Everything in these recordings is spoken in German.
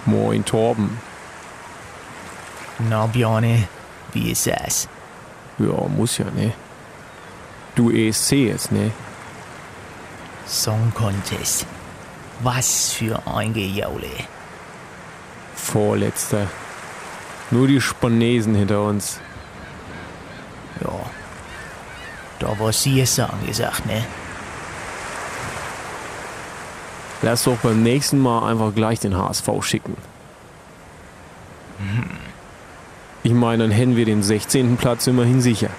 Moin Torben. Na Bjarne, wie ist es? Ja, muss ja, ne? Du ESC jetzt, ne? Song Contest. Was für ein Gejaule. Vorletzter. Nur die Spanesen hinter uns. Ja, da war Siesta angesagt, ne? Lass doch beim nächsten Mal einfach gleich den HSV schicken. Ich meine, dann hätten wir den 16. Platz immerhin sicher.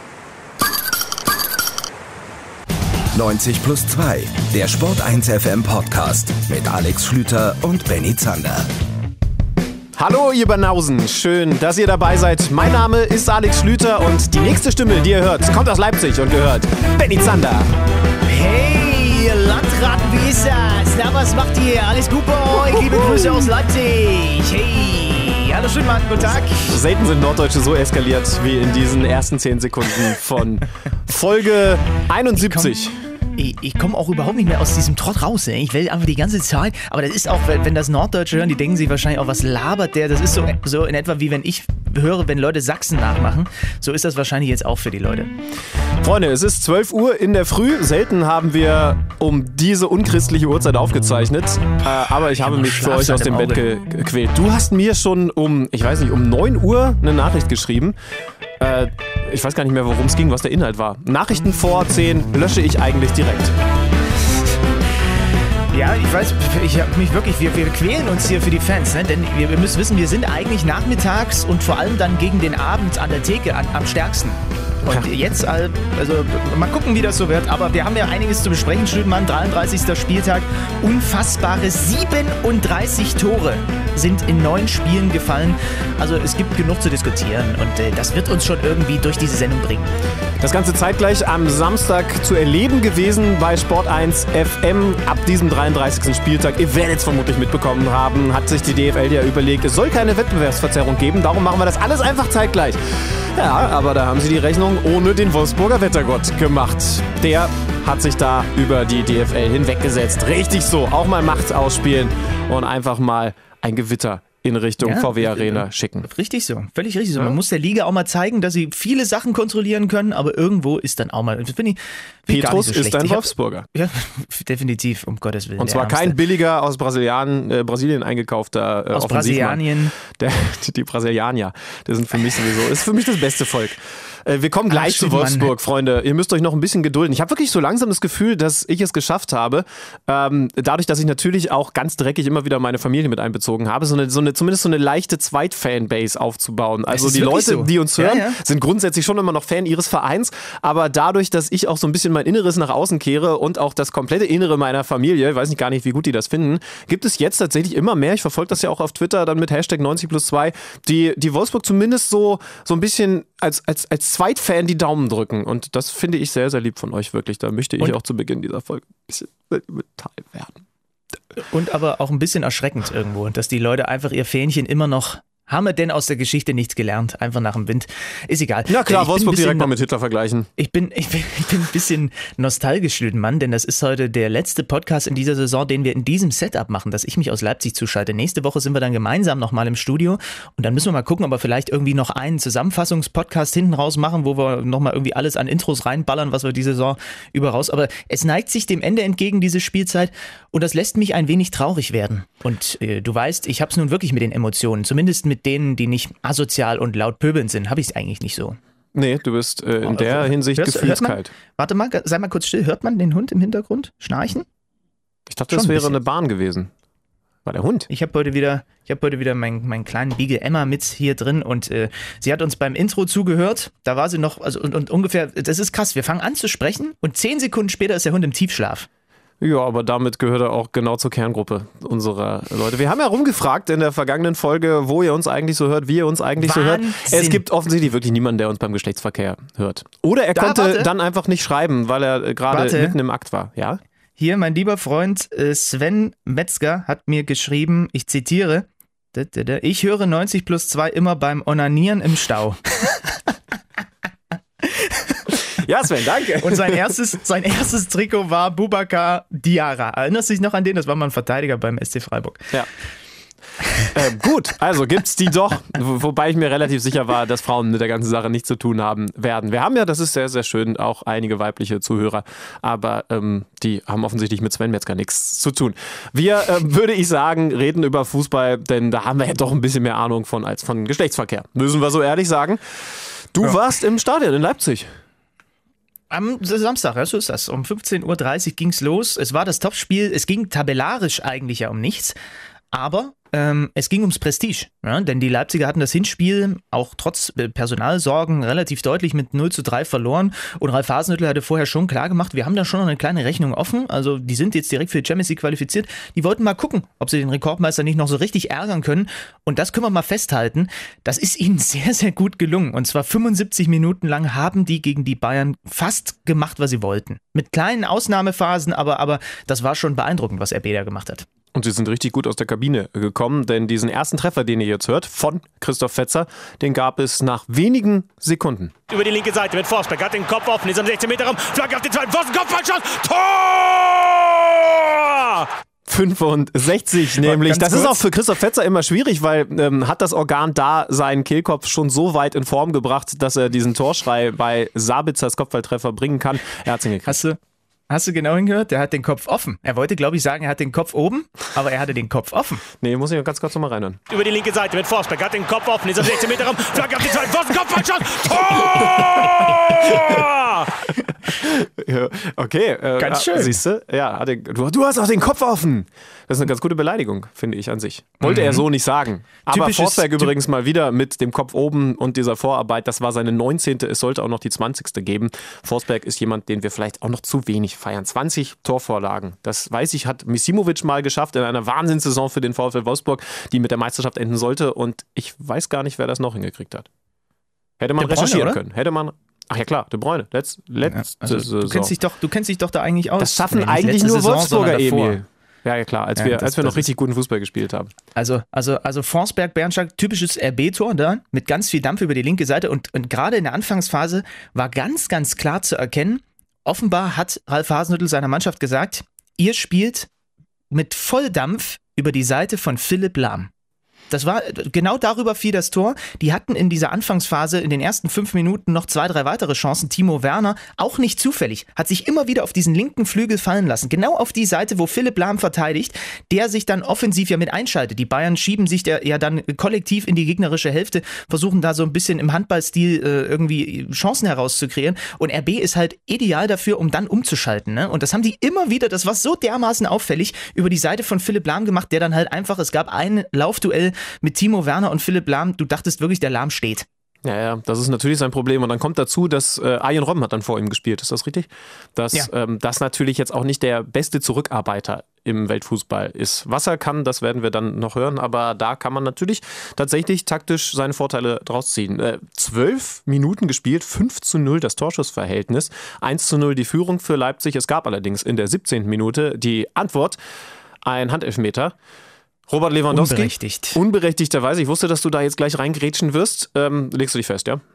90+2, der Sport 1 FM Podcast mit Alex Schlüter und Benny Zander. Hallo ihr Banausen, schön, dass ihr dabei seid. Mein Name ist Alex Schlüter und die nächste Stimme, die ihr hört, kommt aus Leipzig und gehört Benny Zander. Hey, ihr Landratten, wie ist das? Na, was macht ihr? Alles gut bei euch? Liebe Grüße aus Leipzig. Hey, hallo Schönmann, guten Tag. Selten sind Norddeutsche so eskaliert wie in diesen ersten 10 Sekunden von Folge 71. Ich komme auch überhaupt nicht mehr aus diesem Trott raus. Ne? Ich will einfach die ganze Zeit, aber das ist auch, wenn das Norddeutsche hören, die denken sich wahrscheinlich auch, was labert der? Das ist so in etwa wie wenn ich höre, wenn Leute Sachsen nachmachen. So ist das wahrscheinlich jetzt auch für die Leute. Freunde, es ist 12 Uhr in der Früh. Selten haben wir um diese unchristliche Uhrzeit aufgezeichnet. Aber ich habe mich für euch aus dem Bett gequält. Du hast mir schon um 9 Uhr eine Nachricht geschrieben. Ich weiß gar nicht mehr, worum es ging, was der Inhalt war. Nachrichten vor 10 lösche ich eigentlich direkt. Ja, ich weiß, ich habe mich wirklich, wir quälen uns hier für die Fans, ne? Denn wir müssen wissen, wir sind eigentlich nachmittags und vor allem dann gegen den Abend an der Theke am stärksten. Und jetzt, also mal gucken, wie das so wird. Aber wir haben ja einiges zu besprechen. Schönmann, 33. Spieltag. Unfassbare 37 Tore sind in 9 Spielen gefallen. Also es gibt genug zu diskutieren. Und das wird uns schon irgendwie durch diese Sendung bringen. Das Ganze zeitgleich am Samstag zu erleben gewesen bei Sport 1 FM ab diesem 33. Spieltag. Ihr werdet es vermutlich mitbekommen haben, hat sich die DFL ja überlegt, es soll keine Wettbewerbsverzerrung geben, darum machen wir das alles einfach zeitgleich. Ja, aber da haben sie die Rechnung ohne den Wolfsburger Wettergott gemacht. Der hat sich da über die DFL hinweggesetzt. Richtig so, auch mal Macht ausspielen und einfach mal ein Gewitter in Richtung VW Arena schicken. Richtig so, völlig richtig so. Man muss der Liga auch mal zeigen, dass sie viele Sachen kontrollieren können, aber irgendwo ist dann auch mal... Petrus ist ein Wolfsburger. Ja, definitiv, um Gottes Willen. Und zwar kein billiger aus Brasilien eingekaufter aus Brasilianien. Die Brasilianer, das sind für mich sowieso, ist für mich das beste Volk. Wir kommen gleich zu Wolfsburg, Freunde. Ihr müsst euch noch ein bisschen gedulden. Ich habe wirklich so langsam das Gefühl, dass ich es geschafft habe, dadurch, dass ich natürlich auch ganz dreckig immer wieder meine Familie mit einbezogen habe, zumindest so eine leichte Zweit-Fanbase aufzubauen. Also die Leute, die uns hören, sind grundsätzlich schon immer noch Fan ihres Vereins, aber dadurch, dass ich auch so ein bisschen mein Inneres nach außen kehre und auch das komplette Innere meiner Familie, ich weiß nicht gar nicht, wie gut die das finden, gibt es jetzt tatsächlich immer mehr, ich verfolge das ja auch auf Twitter dann mit Hashtag 90+2, die Wolfsburg zumindest so ein bisschen als Zweitfan die Daumen drücken. Und das finde ich sehr, sehr lieb von euch, wirklich. Da möchte ich auch zu Beginn dieser Folge ein bisschen beteiligt werden. Und aber auch ein bisschen erschreckend irgendwo, dass die Leute einfach ihr Fähnchen immer noch... Haben wir denn aus der Geschichte nichts gelernt? Einfach nach dem Wind. Ist egal. Na klar, Wolfsburg direkt mal mit Hitler vergleichen. Ich bin ein bisschen nostalgisch, Mann, denn das ist heute der letzte Podcast in dieser Saison, den wir in diesem Setup machen, dass ich mich aus Leipzig zuschalte. Nächste Woche sind wir dann gemeinsam nochmal im Studio und dann müssen wir mal gucken, ob wir vielleicht irgendwie noch einen Zusammenfassungspodcast hinten raus machen, wo wir nochmal irgendwie alles an Intros reinballern, was wir die Saison über raus. Aber es neigt sich dem Ende entgegen, diese Spielzeit, und das lässt mich ein wenig traurig werden. Und du weißt, ich hab's nun wirklich mit den Emotionen, zumindest mit denen, die nicht asozial und laut pöbeln sind, habe ich es eigentlich nicht so. Nee, du bist in der Hinsicht gefühlskalt. Warte mal, sei mal kurz still. Hört man den Hund im Hintergrund schnarchen? Ich dachte, das wäre eine Bahn gewesen. War der Hund? Ich habe heute wieder meinen kleinen Beagle Emma mit hier drin und sie hat uns beim Intro zugehört. Da war sie noch, also und ungefähr, das ist krass, wir fangen an zu sprechen und 10 Sekunden später ist der Hund im Tiefschlaf. Ja, aber damit gehört er auch genau zur Kerngruppe unserer Leute. Wir haben ja rumgefragt in der vergangenen Folge, wo ihr uns eigentlich so hört, wie ihr uns eigentlich so hört. Es gibt offensichtlich wirklich niemanden, der uns beim Geschlechtsverkehr hört. Oder er konnte dann einfach nicht schreiben, weil er gerade mitten im Akt war. Ja? Hier, mein lieber Freund Sven Metzger hat mir geschrieben, ich zitiere, ich höre 90+2 immer beim Onanieren im Stau. Ja, Sven, danke. Und sein erstes Trikot war Boubacar Diarra. Erinnerst du dich noch an den? Das war mal ein Verteidiger beim SC Freiburg. Ja. Gut, also gibt's die doch, wobei ich mir relativ sicher war, dass Frauen mit der ganzen Sache nichts zu tun haben werden. Wir haben ja, das ist sehr, sehr schön, auch einige weibliche Zuhörer, aber die haben offensichtlich mit Sven Metzger nichts zu tun. Wir, würde ich sagen, reden über Fußball, denn da haben wir ja doch ein bisschen mehr Ahnung von als von Geschlechtsverkehr. Müssen wir so ehrlich sagen. Du warst im Stadion in Leipzig. Am Samstag, ja, so ist das. Um 15.30 Uhr ging's los. Es war das Topspiel. Es ging tabellarisch eigentlich ja um nichts. Aber es ging ums Prestige, ja, denn die Leipziger hatten das Hinspiel auch trotz Personalsorgen relativ deutlich mit 0:3 verloren und Ralf Hasenhüttl hatte vorher schon klar gemacht, wir haben da schon noch eine kleine Rechnung offen, also die sind jetzt direkt für die Champions League qualifiziert, die wollten mal gucken, ob sie den Rekordmeister nicht noch so richtig ärgern können und das können wir mal festhalten, das ist ihnen sehr, sehr gut gelungen und zwar 75 Minuten lang haben die gegen die Bayern fast gemacht, was sie wollten. Mit kleinen Ausnahmephasen, aber das war schon beeindruckend, was RB da gemacht hat. Und sie sind richtig gut aus der Kabine gekommen, denn diesen ersten Treffer, den ihr jetzt hört, von Christoph Fetzer, den gab es nach wenigen Sekunden. Über die linke Seite mit Forsberg, hat den Kopf offen, ist am 16-Meter-Raum, Flagge auf den zweiten Pfosten, Kopfballschuss, Tor! 65 nämlich. Das ist auch für Christoph Fetzer immer schwierig, weil hat das Organ da seinen Kehlkopf schon so weit in Form gebracht, dass er diesen Torschrei bei Sabitzers Kopfballtreffer bringen kann. Er hat es hingekriegt. Hast du genau hingehört? Der hat den Kopf offen. Er wollte, glaube ich, sagen, er hat den Kopf oben, aber er hatte den Kopf offen. Nee, muss ich ganz kurz nochmal reinhören. Über die linke Seite mit Forsberg, hat den Kopf offen, ist am 16-Meter-Raum, Flagge auf den zweiten Pfosten, Kopfballschuss, Tor! Ja, okay. Ganz schön. Siehst du? Ja, du hast auch den Kopf offen. Das ist eine ganz gute Beleidigung, finde ich an sich. Wollte er so nicht sagen. Aber Forsberg übrigens mal wieder mit dem Kopf oben und dieser Vorarbeit. Das war seine 19. Es sollte auch noch die 20. geben. Forsberg ist jemand, den wir vielleicht auch noch zu wenig feiern. 20 Torvorlagen. Das weiß ich, hat Misimovic mal geschafft in einer Wahnsinnssaison für den VfL Wolfsburg, die mit der Meisterschaft enden sollte. Und ich weiß gar nicht, wer das noch hingekriegt hat. Hätte man recherchieren können. Ach ja klar, De Bruyne. Letzte Saison. Du kennst dich doch da eigentlich aus. Das schaffen eigentlich nur Wolfsburger, Emil. Ja, klar, als wir noch richtig guten Fußball gespielt haben. Also Forsberg, Bernschak, typisches RB-Tor da, mit ganz viel Dampf über die linke Seite und gerade in der Anfangsphase war ganz, ganz klar zu erkennen, offenbar hat Ralf Hasenhüttl seiner Mannschaft gesagt, ihr spielt mit Volldampf über die Seite von Philipp Lahm. Das war, genau darüber fiel das Tor. Die hatten in dieser Anfangsphase in den ersten 5 Minuten noch 2, 3 weitere Chancen. Timo Werner, auch nicht zufällig, hat sich immer wieder auf diesen linken Flügel fallen lassen. Genau auf die Seite, wo Philipp Lahm verteidigt, der sich dann offensiv ja mit einschaltet. Die Bayern schieben sich ja dann kollektiv in die gegnerische Hälfte, versuchen da so ein bisschen im Handballstil irgendwie Chancen herauszukreieren. Und RB ist halt ideal dafür, um dann umzuschalten. Ne? Und das haben die immer wieder, das war so dermaßen auffällig, über die Seite von Philipp Lahm gemacht, der dann halt einfach, es gab ein Laufduell mit Timo Werner und Philipp Lahm, du dachtest wirklich, der Lahm steht. Ja, das ist natürlich sein Problem. Und dann kommt dazu, dass Arjen Robben hat dann vor ihm gespielt. Ist das richtig? Dass das natürlich jetzt auch nicht der beste Zurückarbeiter im Weltfußball ist. Was er kann, das werden wir dann noch hören. Aber da kann man natürlich tatsächlich taktisch seine Vorteile draus ziehen. 12 Minuten gespielt, 5:0 das Torschussverhältnis, 1:0 die Führung für Leipzig. Es gab allerdings in der 17. Minute die Antwort, ein Handelfmeter. Robert Lewandowski, unberechtigterweise, ich wusste, dass du da jetzt gleich reingrätschen wirst, legst du dich fest, ja?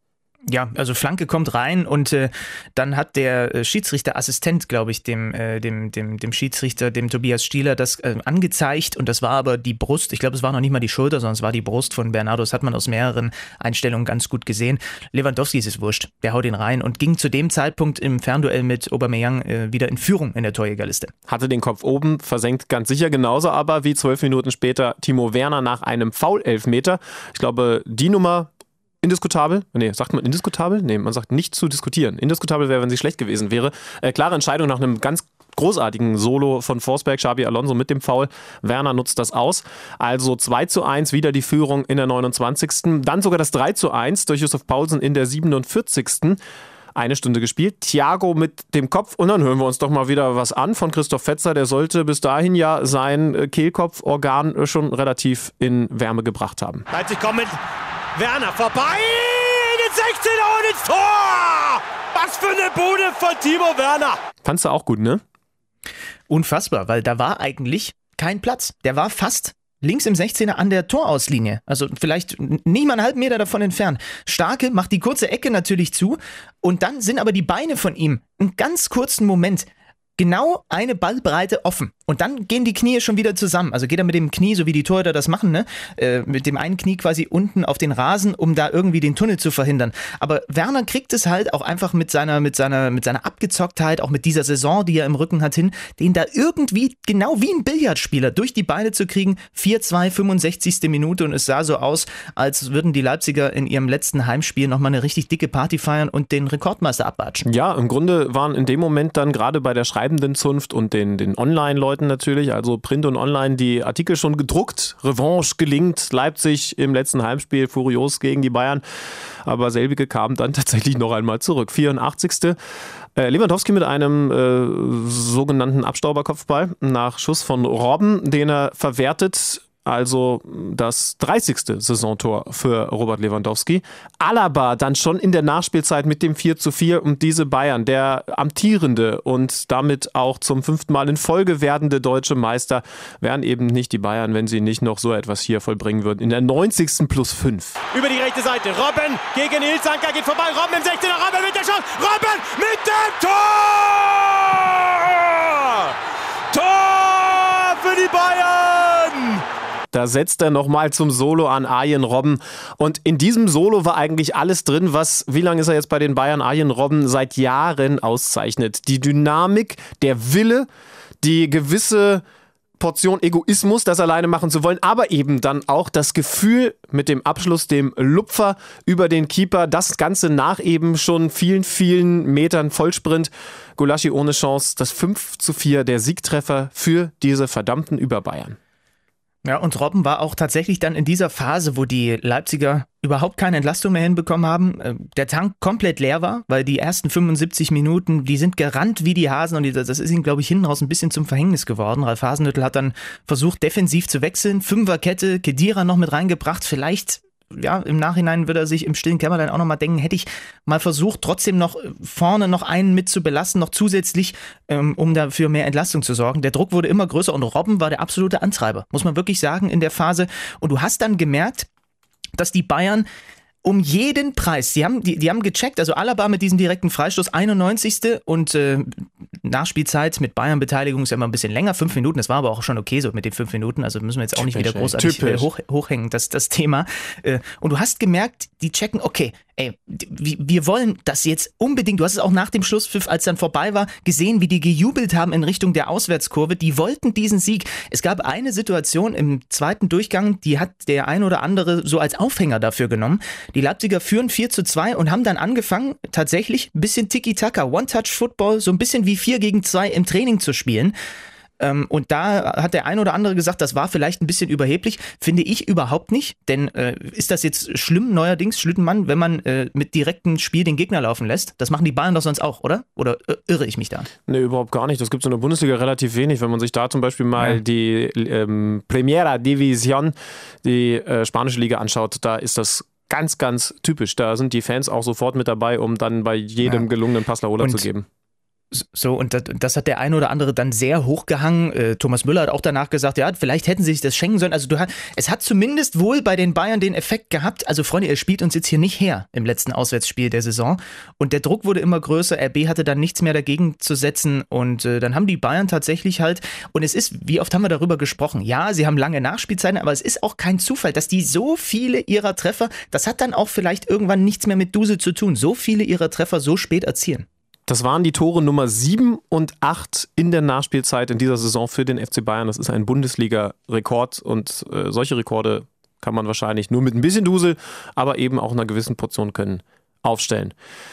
Ja, also Flanke kommt rein und dann hat der Schiedsrichterassistent, glaube ich, dem Schiedsrichter, dem Tobias Stieler, das angezeigt und das war aber die Brust, ich glaube, es war noch nicht mal die Schulter, sondern es war die Brust von Bernardo, das hat man aus mehreren Einstellungen ganz gut gesehen. Lewandowski ist es wurscht, der haut ihn rein und ging zu dem Zeitpunkt im Fernduell mit Aubameyang wieder in Führung in der Torjägerliste. Hatte den Kopf oben, versenkt ganz sicher genauso aber wie 12 Minuten später Timo Werner nach einem Foul-Elfmeter. Ich glaube, die Nummer indiskutabel? Nee, sagt man indiskutabel? Nee, man sagt nicht zu diskutieren. Indiskutabel wäre, wenn sie schlecht gewesen wäre. Klare Entscheidung nach einem ganz großartigen Solo von Forsberg, Xabi Alonso mit dem Foul. Werner nutzt das aus. Also 2:1, wieder die Führung in der 29. Dann sogar das 3:1 durch Yusuf Poulsen in der 47. Eine Stunde gespielt. Thiago mit dem Kopf. Und dann hören wir uns doch mal wieder was an von Christoph Fetzer. Der sollte bis dahin ja sein Kehlkopforgan schon relativ in Wärme gebracht haben. Leipzig kommt mit Werner vorbei in den 16er und ins Tor! Was für eine Bude von Timo Werner! Fandst du auch gut, ne? Unfassbar, weil da war eigentlich kein Platz. Der war fast links im 16er an der Torauslinie. Also vielleicht nicht mal einen halben Meter davon entfernt. Starke macht die kurze Ecke natürlich zu und dann sind aber die Beine von ihm einen ganz kurzen Moment genau eine Ballbreite offen. Und dann gehen die Knie schon wieder zusammen. Also geht er mit dem Knie, so wie die Torhüter das machen, ne? Mit dem einen Knie quasi unten auf den Rasen, um da irgendwie den Tunnel zu verhindern. Aber Werner kriegt es halt auch einfach mit seiner Abgezocktheit, auch mit dieser Saison, die er im Rücken hat, hin, den da irgendwie genau wie ein Billardspieler durch die Beine zu kriegen. 4-2, 65. Minute und es sah so aus, als würden die Leipziger in ihrem letzten Heimspiel nochmal eine richtig dicke Party feiern und den Rekordmeister abwatschen. Ja, im Grunde waren in dem Moment dann gerade bei der schreibenden Zunft und den Online-Leuten natürlich, also Print und Online, die Artikel schon gedruckt. Revanche gelingt, Leipzig im letzten Heimspiel furios gegen die Bayern. Aber selbige kam dann tatsächlich noch einmal zurück. 84. Lewandowski mit einem sogenannten Abstauberkopfball nach Schuss von Robben, den er verwertet. Also das 30. Saisontor für Robert Lewandowski. Alaba dann schon in der Nachspielzeit mit dem 4:4 und diese Bayern, der amtierende und damit auch zum 5. Mal in Folge werdende deutsche Meister, wären eben nicht die Bayern, wenn sie nicht noch so etwas hier vollbringen würden. In der 90. +5. Über die rechte Seite, Robben gegen Ilsanker, geht vorbei, Robben im 16er, Robben mit der Chance, Robben mit dem Tor! Tor für die Bayern! Da setzt er nochmal zum Solo an Arjen Robben. Und in diesem Solo war eigentlich alles drin, was, wie lange ist er jetzt bei den Bayern, Arjen Robben seit Jahren auszeichnet. Die Dynamik, der Wille, die gewisse Portion Egoismus, das alleine machen zu wollen, aber eben dann auch das Gefühl mit dem Abschluss, dem Lupfer über den Keeper, das Ganze nach eben schon vielen, vielen Metern Vollsprint. Gulaschi ohne Chance, das 5:4, der Siegtreffer für diese verdammten Überbayern. Ja, und Robben war auch tatsächlich dann in dieser Phase, wo die Leipziger überhaupt keine Entlastung mehr hinbekommen haben, der Tank komplett leer war, weil die ersten 75 Minuten, die sind gerannt wie die Hasen und das ist ihm, glaube ich, hinten raus ein bisschen zum Verhängnis geworden. Ralf Hasenhüttl hat dann versucht, defensiv zu wechseln, Fünferkette, Khedira noch mit reingebracht, vielleicht. Ja, im Nachhinein wird er sich im stillen Kämmerlein auch nochmal denken, hätte ich mal versucht, trotzdem noch vorne noch einen mit zu belassen, noch zusätzlich, um dafür mehr Entlastung zu sorgen. Der Druck wurde immer größer und Robben war der absolute Antreiber, muss man wirklich sagen, in der Phase. Und du hast dann gemerkt, dass die Bayern um jeden Preis, die haben gecheckt, also Alaba mit diesem direkten Freistoß, 91. und Nachspielzeit mit Bayern-Beteiligung ist ja immer ein bisschen länger, 5 Minuten, das war aber auch schon okay so mit den 5 Minuten, also müssen wir jetzt auch nicht wieder großartig hochhängen, das Thema. Und du hast gemerkt, die checken, okay, wir wollen das jetzt unbedingt, du hast es auch nach dem Schlusspfiff, als dann vorbei war, gesehen, wie die gejubelt haben in Richtung der Auswärtskurve, die wollten diesen Sieg. Es gab eine Situation im zweiten Durchgang, die hat der ein oder andere so als Aufhänger dafür genommen. Die Leipziger führen 4:2 und haben dann angefangen, tatsächlich ein bisschen Tiki-Taka, One-Touch-Football, so ein bisschen wie 4-gegen-2 im Training zu spielen. Und da hat der ein oder andere gesagt, das war vielleicht ein bisschen überheblich. Finde ich überhaupt nicht, denn ist das jetzt schlimm, neuerdings, Schlüttenmann, wenn man mit direktem Spiel den Gegner laufen lässt? Das machen die Bayern doch sonst auch, oder? Oder irre ich mich da? Nee, überhaupt gar nicht. Das gibt es in der Bundesliga relativ wenig. Wenn man sich da zum Beispiel mal die Primera División, die spanische Liga anschaut, da ist das ganz, ganz typisch. Da sind die Fans auch sofort mit dabei, um dann bei jedem gelungenen Pass La Rola zu geben. So, und das hat der eine oder andere dann sehr hochgehangen. Thomas Müller hat auch danach gesagt, ja, vielleicht hätten sie sich das schenken sollen. Also es hat zumindest wohl bei den Bayern den Effekt gehabt, also Freunde, ihr spielt uns jetzt hier nicht her im letzten Auswärtsspiel der Saison. Und der Druck wurde immer größer, RB hatte dann nichts mehr dagegen zu setzen und dann haben die Bayern tatsächlich halt, und es ist, wie oft haben wir darüber gesprochen, ja, sie haben lange Nachspielzeiten, aber es ist auch kein Zufall, dass die so viele ihrer Treffer, das hat dann auch vielleicht irgendwann nichts mehr mit Dusel zu tun, so viele ihrer Treffer so spät erzielen. Das waren die Tore Nummer 7 und 8 in der Nachspielzeit in dieser Saison für den FC Bayern. Das ist ein Bundesliga-Rekord und solche Rekorde kann man wahrscheinlich nur mit ein bisschen Dusel, aber eben auch einer gewissen Portion Können aufstellen.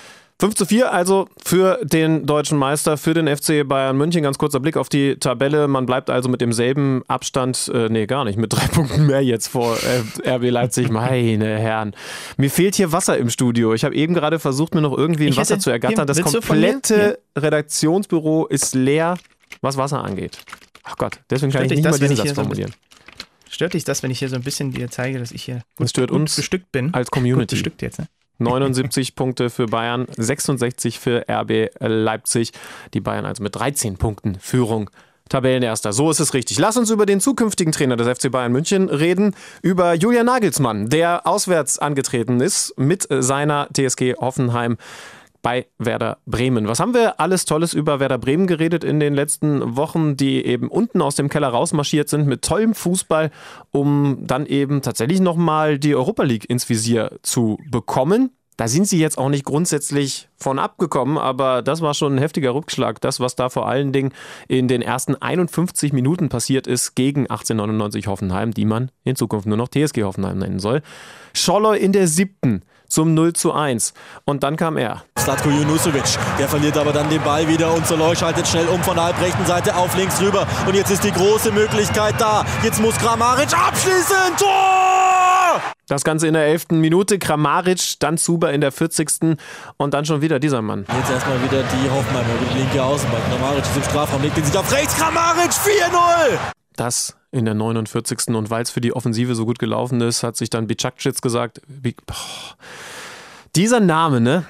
5:4 also für den deutschen Meister, für den FC Bayern München. Ganz kurzer Blick auf die Tabelle. Man bleibt also mit demselben Abstand, gar nicht, mit 3 Punkten mehr jetzt vor RB Leipzig. Meine Herren. Mir fehlt hier Wasser im Studio. Ich habe eben gerade versucht, mir noch irgendwie ein Wasser zu ergattern. Das komplette Redaktionsbüro ist leer, was Wasser angeht. Ach Gott, deswegen kann ich nicht mal diesen Satz formulieren. Stört dich das, wenn ich hier so ein bisschen dir zeige, dass ich hier gut bestückt bin? Als Community. Gut bestückt jetzt, ne? 79 Punkte für Bayern, 66 für RB Leipzig. Die Bayern also mit 13 Punkten Führung. Tabellenerster. So ist es richtig. Lass uns über den zukünftigen Trainer des FC Bayern München reden, über Julian Nagelsmann, der auswärts angetreten ist mit seiner TSG Hoffenheim. bei Werder Bremen. Was haben wir alles Tolles über Werder Bremen geredet in den letzten Wochen, die eben unten aus dem Keller rausmarschiert sind mit tollem Fußball, um dann eben tatsächlich nochmal die Europa League ins Visier zu bekommen. Da sind sie jetzt auch nicht grundsätzlich von abgekommen, aber das war schon ein heftiger Rückschlag. Das, was da vor allen Dingen in den ersten 51 Minuten passiert ist gegen 1899 Hoffenheim, die man in Zukunft nur noch TSG Hoffenheim nennen soll. Scholloy in der 7. zum 0:1. Und dann kam er. Zlatko Junusovic, der verliert aber dann den Ball wieder und Soloy schaltet schnell um von der halbrechten Seite auf links rüber. Und jetzt ist die große Möglichkeit da. Jetzt muss Kramaric abschließen. Tor! Das Ganze in der 11. Minute. Kramaric, dann Zuber in der 40. Und dann schon wieder dieser Mann. Jetzt erstmal wieder die Hoffenheimer über die linke Außenbahn. Kramaric ist im Strafraum, legt den sich auf rechts. Kramaric 4:0! Das in der 49. Und weil es für die Offensive so gut gelaufen ist, hat sich dann Bicakcic gesagt. Dieser Name, ne?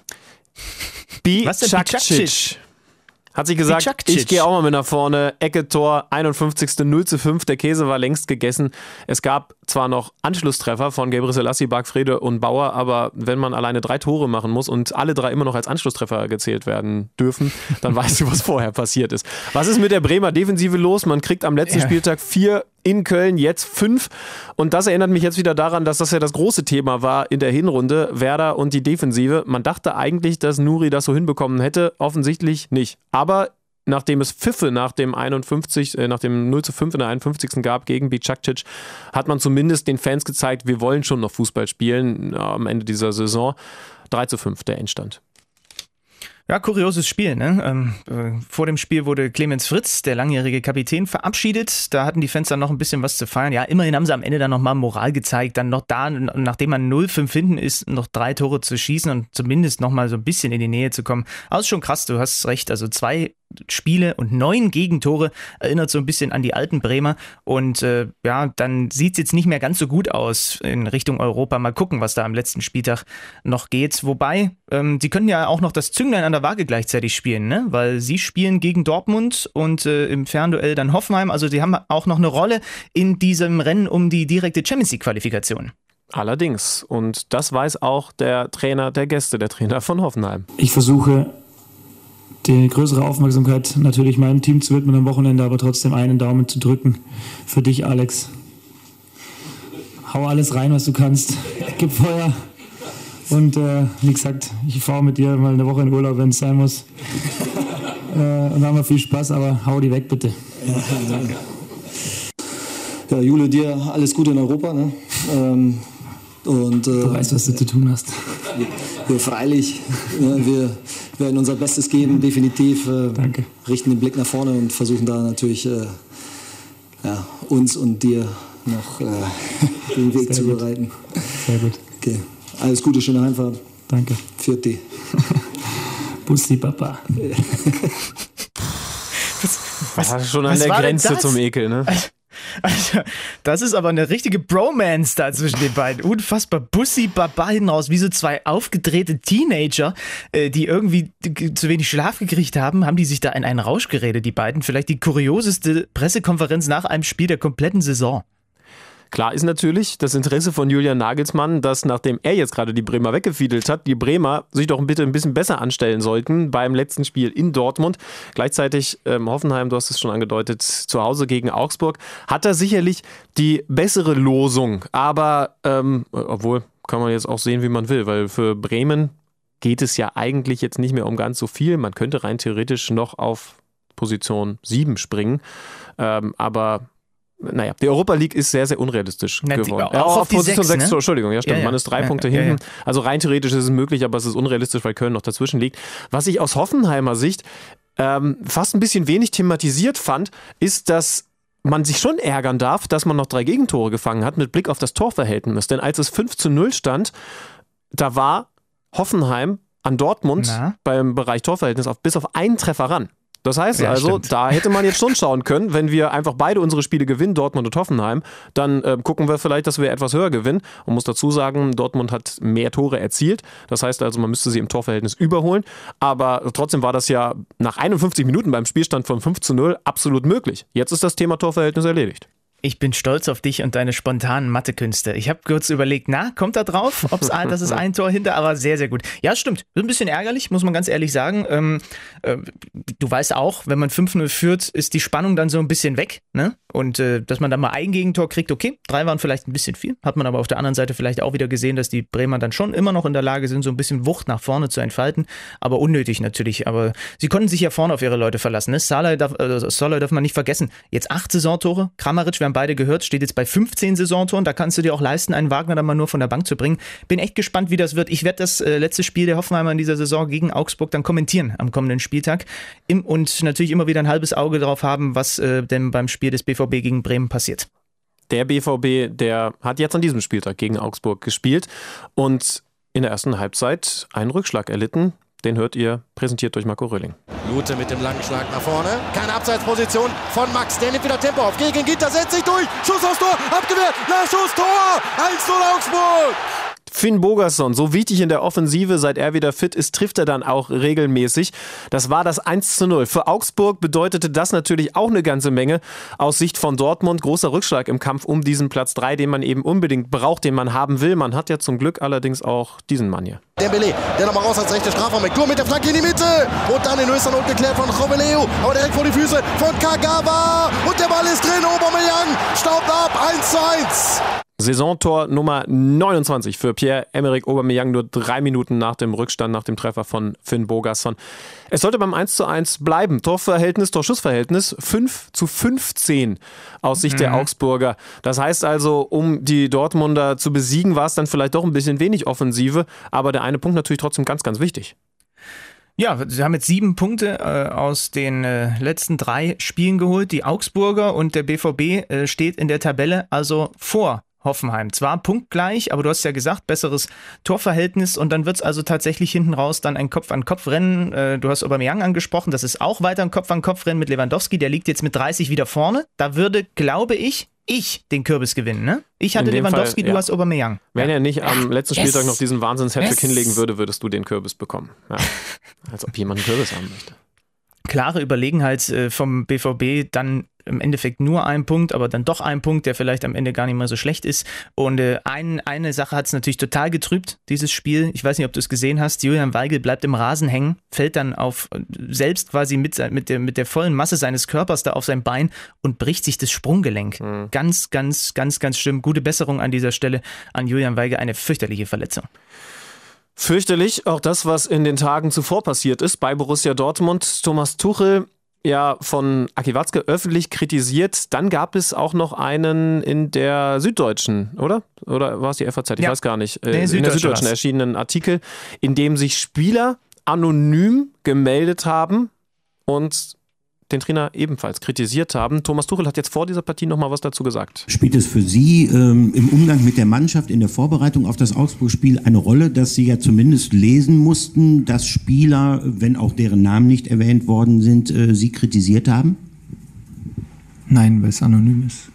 Bicakcic. Hat sich gesagt, ich gehe auch mal mit nach vorne. Ecke, Tor, 51. 0:5. Der Käse war längst gegessen. Es gab zwar noch Anschlusstreffer von Gebre Selassie, Bargfrede und Bauer, aber wenn man alleine 3 Tore machen muss und alle 3 immer noch als Anschlusstreffer gezählt werden dürfen, dann weißt du, was vorher passiert ist. Was ist mit der Bremer Defensive los? Man kriegt am letzten Spieltag 4 in Köln, jetzt 5. Und das erinnert mich jetzt wieder daran, dass das ja das große Thema war in der Hinrunde, Werder und die Defensive. Man dachte eigentlich, dass Nuri das so hinbekommen hätte, offensichtlich nicht. Aber nachdem es Pfiffe nach dem 0:5 in der 51. gab gegen Bicakcic, hat man zumindest den Fans gezeigt, wir wollen schon noch Fußball spielen am Ende dieser Saison. 3:5 der Endstand. Ja, kurioses Spiel, ne? Vor dem Spiel wurde Clemens Fritz, der langjährige Kapitän, verabschiedet. Da hatten die Fans dann noch ein bisschen was zu feiern. Ja, immerhin haben sie am Ende dann nochmal Moral gezeigt. Dann noch da, nachdem man 0:5 hinten ist, noch 3 Tore zu schießen und zumindest nochmal so ein bisschen in die Nähe zu kommen. Aber ist schon krass, du hast recht. Also 2 Spiele und 9 Gegentore, erinnert so ein bisschen an die alten Bremer. Und dann sieht es jetzt nicht mehr ganz so gut aus in Richtung Europa. Mal gucken, was da am letzten Spieltag noch geht. Wobei, sie können ja auch noch das Zünglein an der Waage gleichzeitig spielen, ne? Weil sie spielen gegen Dortmund und im Fernduell dann Hoffenheim. Also sie haben auch noch eine Rolle in diesem Rennen um die direkte Champions-League-Qualifikation. Allerdings. Und das weiß auch der Trainer der Gäste, der Trainer von Hoffenheim. Ich versuche, die größere Aufmerksamkeit natürlich meinem Team zu widmen am Wochenende, aber trotzdem einen Daumen zu drücken für dich, Alex. Hau alles rein, was du kannst. Gib Feuer. Und wie gesagt, ich fahre mit dir mal eine Woche in Urlaub, wenn es sein muss. Und dann haben wir viel Spaß, aber hau die weg, bitte. Ja, danke. Ja, Jule, dir alles Gute in Europa. Ne? Du weißt, was du zu tun hast. Wir freilich, wir werden unser Bestes geben, definitiv. Danke. Richten den Blick nach vorne und versuchen da natürlich uns und dir noch den Weg zu bereiten. Sehr gut. Okay. Alles Gute, schöne Heimfahrt. Danke. Vierte. Bussi, Papa. Was schon an der Grenze zum Ekel, ne? Also, das ist aber eine richtige Bromance da zwischen den beiden. Unfassbar. Bussi, Baba hinten raus, wie so 2 aufgedrehte Teenager, die irgendwie zu wenig Schlaf gekriegt haben, haben die sich da in einen Rausch geredet, die beiden. Vielleicht die kurioseste Pressekonferenz nach einem Spiel der kompletten Saison. Klar ist natürlich das Interesse von Julian Nagelsmann, dass nachdem er jetzt gerade die Bremer weggefiedelt hat, die Bremer sich doch bitte ein bisschen besser anstellen sollten beim letzten Spiel in Dortmund. Gleichzeitig Hoffenheim, du hast es schon angedeutet, zu Hause gegen Augsburg, hat er sicherlich die bessere Losung. Aber obwohl, kann man jetzt auch sehen, wie man will, weil für Bremen geht es ja eigentlich jetzt nicht mehr um ganz so viel. Man könnte rein theoretisch noch auf Position 7 springen, aber naja, die Europa League ist sehr, sehr unrealistisch geworden. Auch auf Position 6, ne? Entschuldigung, ja stimmt, man ist 3 Punkte hinten. Also rein theoretisch ist es möglich, aber es ist unrealistisch, weil Köln noch dazwischen liegt. Was ich aus Hoffenheimer Sicht fast ein bisschen wenig thematisiert fand, ist, dass man sich schon ärgern darf, dass man noch 3 Gegentore gefangen hat mit Blick auf das Torverhältnis. Denn als es 5:0 stand, da war Hoffenheim an Dortmund beim Bereich Torverhältnis bis auf einen Treffer ran. Das heißt da hätte man jetzt schon schauen können, wenn wir einfach beide unsere Spiele gewinnen, Dortmund und Hoffenheim, dann gucken wir vielleicht, dass wir etwas höher gewinnen. Man muss dazu sagen, Dortmund hat mehr Tore erzielt. Das heißt also, man müsste sie im Torverhältnis überholen. Aber trotzdem war das ja nach 51 Minuten beim Spielstand von 5:0 absolut möglich. Jetzt ist das Thema Torverhältnis erledigt. Ich bin stolz auf dich und deine spontanen Mathekünste. Ich habe kurz überlegt, kommt da drauf, das ist ein Tor hinter, aber sehr, sehr gut. Ja, stimmt. Ein bisschen ärgerlich, muss man ganz ehrlich sagen. Du weißt auch, wenn man 5-0 führt, ist die Spannung dann so ein bisschen weg, ne? Und dass man dann mal ein Gegentor kriegt, okay, 3 waren vielleicht ein bisschen viel. Hat man aber auf der anderen Seite vielleicht auch wieder gesehen, dass die Bremer dann schon immer noch in der Lage sind, so ein bisschen Wucht nach vorne zu entfalten. Aber unnötig natürlich. Aber sie konnten sich ja vorne auf ihre Leute verlassen. Ne? Szoller darf man nicht vergessen. Jetzt 8 Saisontore. Kramaric, wir haben beide gehört, steht jetzt bei 15 Saisontoren. Da kannst du dir auch leisten, einen Wagner dann mal nur von der Bank zu bringen. Bin echt gespannt, wie das wird. Ich werde das letzte Spiel der Hoffenheimer in dieser Saison gegen Augsburg dann kommentieren am kommenden Spieltag. Und natürlich immer wieder ein halbes Auge drauf haben, was denn beim Spiel des BVB gegen Bremen passiert. Der BVB, der hat jetzt an diesem Spieltag gegen Augsburg gespielt und in der ersten Halbzeit einen Rückschlag erlitten. Den hört ihr, präsentiert durch Marco Röhling. Lute mit dem langen Schlag nach vorne. Keine Abseitsposition von Max. Der nimmt wieder Tempo auf. Gegen Ginter, setzt sich durch. Schuss aufs Tor. Abgewehrt. Nachschuss, Tor. 1-0 Augsburg. Finn Bogason, so wichtig in der Offensive, seit er wieder fit ist, trifft er dann auch regelmäßig. Das war das 1-0. Für Augsburg bedeutete das natürlich auch eine ganze Menge. Aus Sicht von Dortmund großer Rückschlag im Kampf um diesen Platz 3, den man eben unbedingt braucht, den man haben will. Man hat ja zum Glück allerdings auch diesen Mann hier. Dembélé, der nochmal raus als rechte Strafraum. McDour mit der Flanke in die Mitte. Und dann in höchster Not geklärt von Joveleo. Aber direkt vor die Füße von Kagawa. Und der Ball ist drin. Aubameyang staubt ab. 1-1. Saisontor Nummer 29 für Pierre-Emerick Aubameyang, nur 3 Minuten nach dem Rückstand, nach dem Treffer von Finn Bogason. Es sollte beim 1:1 bleiben. Torschussverhältnis 5:15 aus Sicht der Augsburger. Das heißt also, um die Dortmunder zu besiegen, war es dann vielleicht doch ein bisschen wenig Offensive, aber der eine Punkt natürlich trotzdem ganz, ganz wichtig. Ja, sie haben jetzt 7 Punkte aus den letzten 3 Spielen geholt. Die Augsburger und der BVB steht in der Tabelle also vor Hoffenheim. Zwar punktgleich, aber du hast ja gesagt, besseres Torverhältnis und dann wird es also tatsächlich hinten raus dann ein Kopf-an-Kopf-Rennen. Du hast Aubameyang angesprochen, das ist auch weiter ein Kopf-an-Kopf-Rennen mit Lewandowski, der liegt jetzt mit 30 wieder vorne. Da würde, glaube ich den Kürbis gewinnen, ne? Ich hatte Lewandowski, Fall, du hast Aubameyang. Wenn er nicht am letzten Spieltag noch diesen Wahnsinns-Hattrick hinlegen würde, würdest du den Kürbis bekommen. Ja. Als ob jemand einen Kürbis haben möchte. Klare Überlegenheit vom BVB, dann im Endeffekt nur ein Punkt, aber dann doch ein Punkt, der vielleicht am Ende gar nicht mehr so schlecht ist. Und eine Sache hat es natürlich total getrübt, dieses Spiel. Ich weiß nicht, ob du es gesehen hast. Julian Weigl bleibt im Rasen hängen, fällt dann selbst quasi mit der vollen Masse seines Körpers da auf sein Bein und bricht sich das Sprunggelenk. Ganz, ganz, ganz, ganz schlimm. Gute Besserung an dieser Stelle an Julian Weigl. Eine fürchterliche Verletzung. Fürchterlich, auch das, was in den Tagen zuvor passiert ist bei Borussia Dortmund. Thomas Tuchel, ja, von Aki Watzke öffentlich kritisiert. Dann gab es auch noch einen in der Süddeutschen, oder? Oder war es die FAZ? Ich weiß gar nicht. In der Süddeutschen erschienenen Artikel, in dem sich Spieler anonym gemeldet haben und den Trainer ebenfalls kritisiert haben. Thomas Tuchel hat jetzt vor dieser Partie nochmal was dazu gesagt. Spielt es für Sie im Umgang mit der Mannschaft in der Vorbereitung auf das Augsburg-Spiel eine Rolle, dass Sie ja zumindest lesen mussten, dass Spieler, wenn auch deren Namen nicht erwähnt worden sind, Sie kritisiert haben? Nein, weil es anonym ist.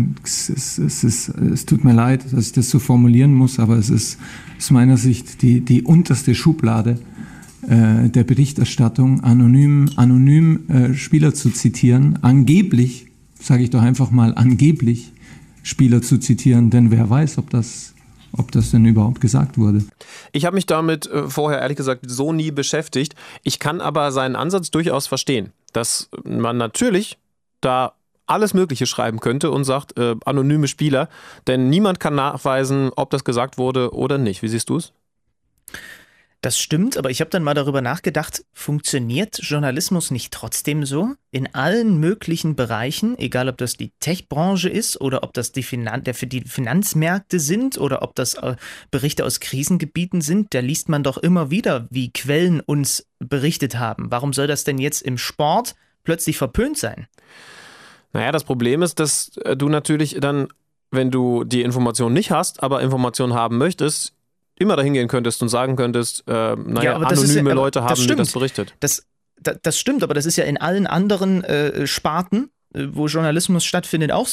Es tut mir leid, dass ich das so formulieren muss, aber es ist aus meiner Sicht die unterste Schublade der Berichterstattung, anonym Spieler zu zitieren, angeblich, sage ich doch einfach mal, angeblich Spieler zu zitieren, denn wer weiß, ob das denn überhaupt gesagt wurde. Ich habe mich damit vorher ehrlich gesagt so nie beschäftigt. Ich kann aber seinen Ansatz durchaus verstehen, dass man natürlich da alles Mögliche schreiben könnte und sagt, anonyme Spieler, denn niemand kann nachweisen, ob das gesagt wurde oder nicht. Wie siehst du es? Das stimmt, aber ich habe dann mal darüber nachgedacht, funktioniert Journalismus nicht trotzdem so? In allen möglichen Bereichen, egal ob das die Tech-Branche ist oder ob das die Finanzmärkte sind oder ob das Berichte aus Krisengebieten sind, da liest man doch immer wieder, wie Quellen uns berichtet haben. Warum soll das denn jetzt im Sport plötzlich verpönt sein? Naja, das Problem ist, dass du natürlich dann, wenn du die Information nicht hast, aber Informationen haben möchtest, immer dahin gehen könntest und sagen könntest, anonyme Leute haben, die das berichtet. Das stimmt, aber das ist ja in allen anderen Sparten, wo Journalismus stattfindet, auch so.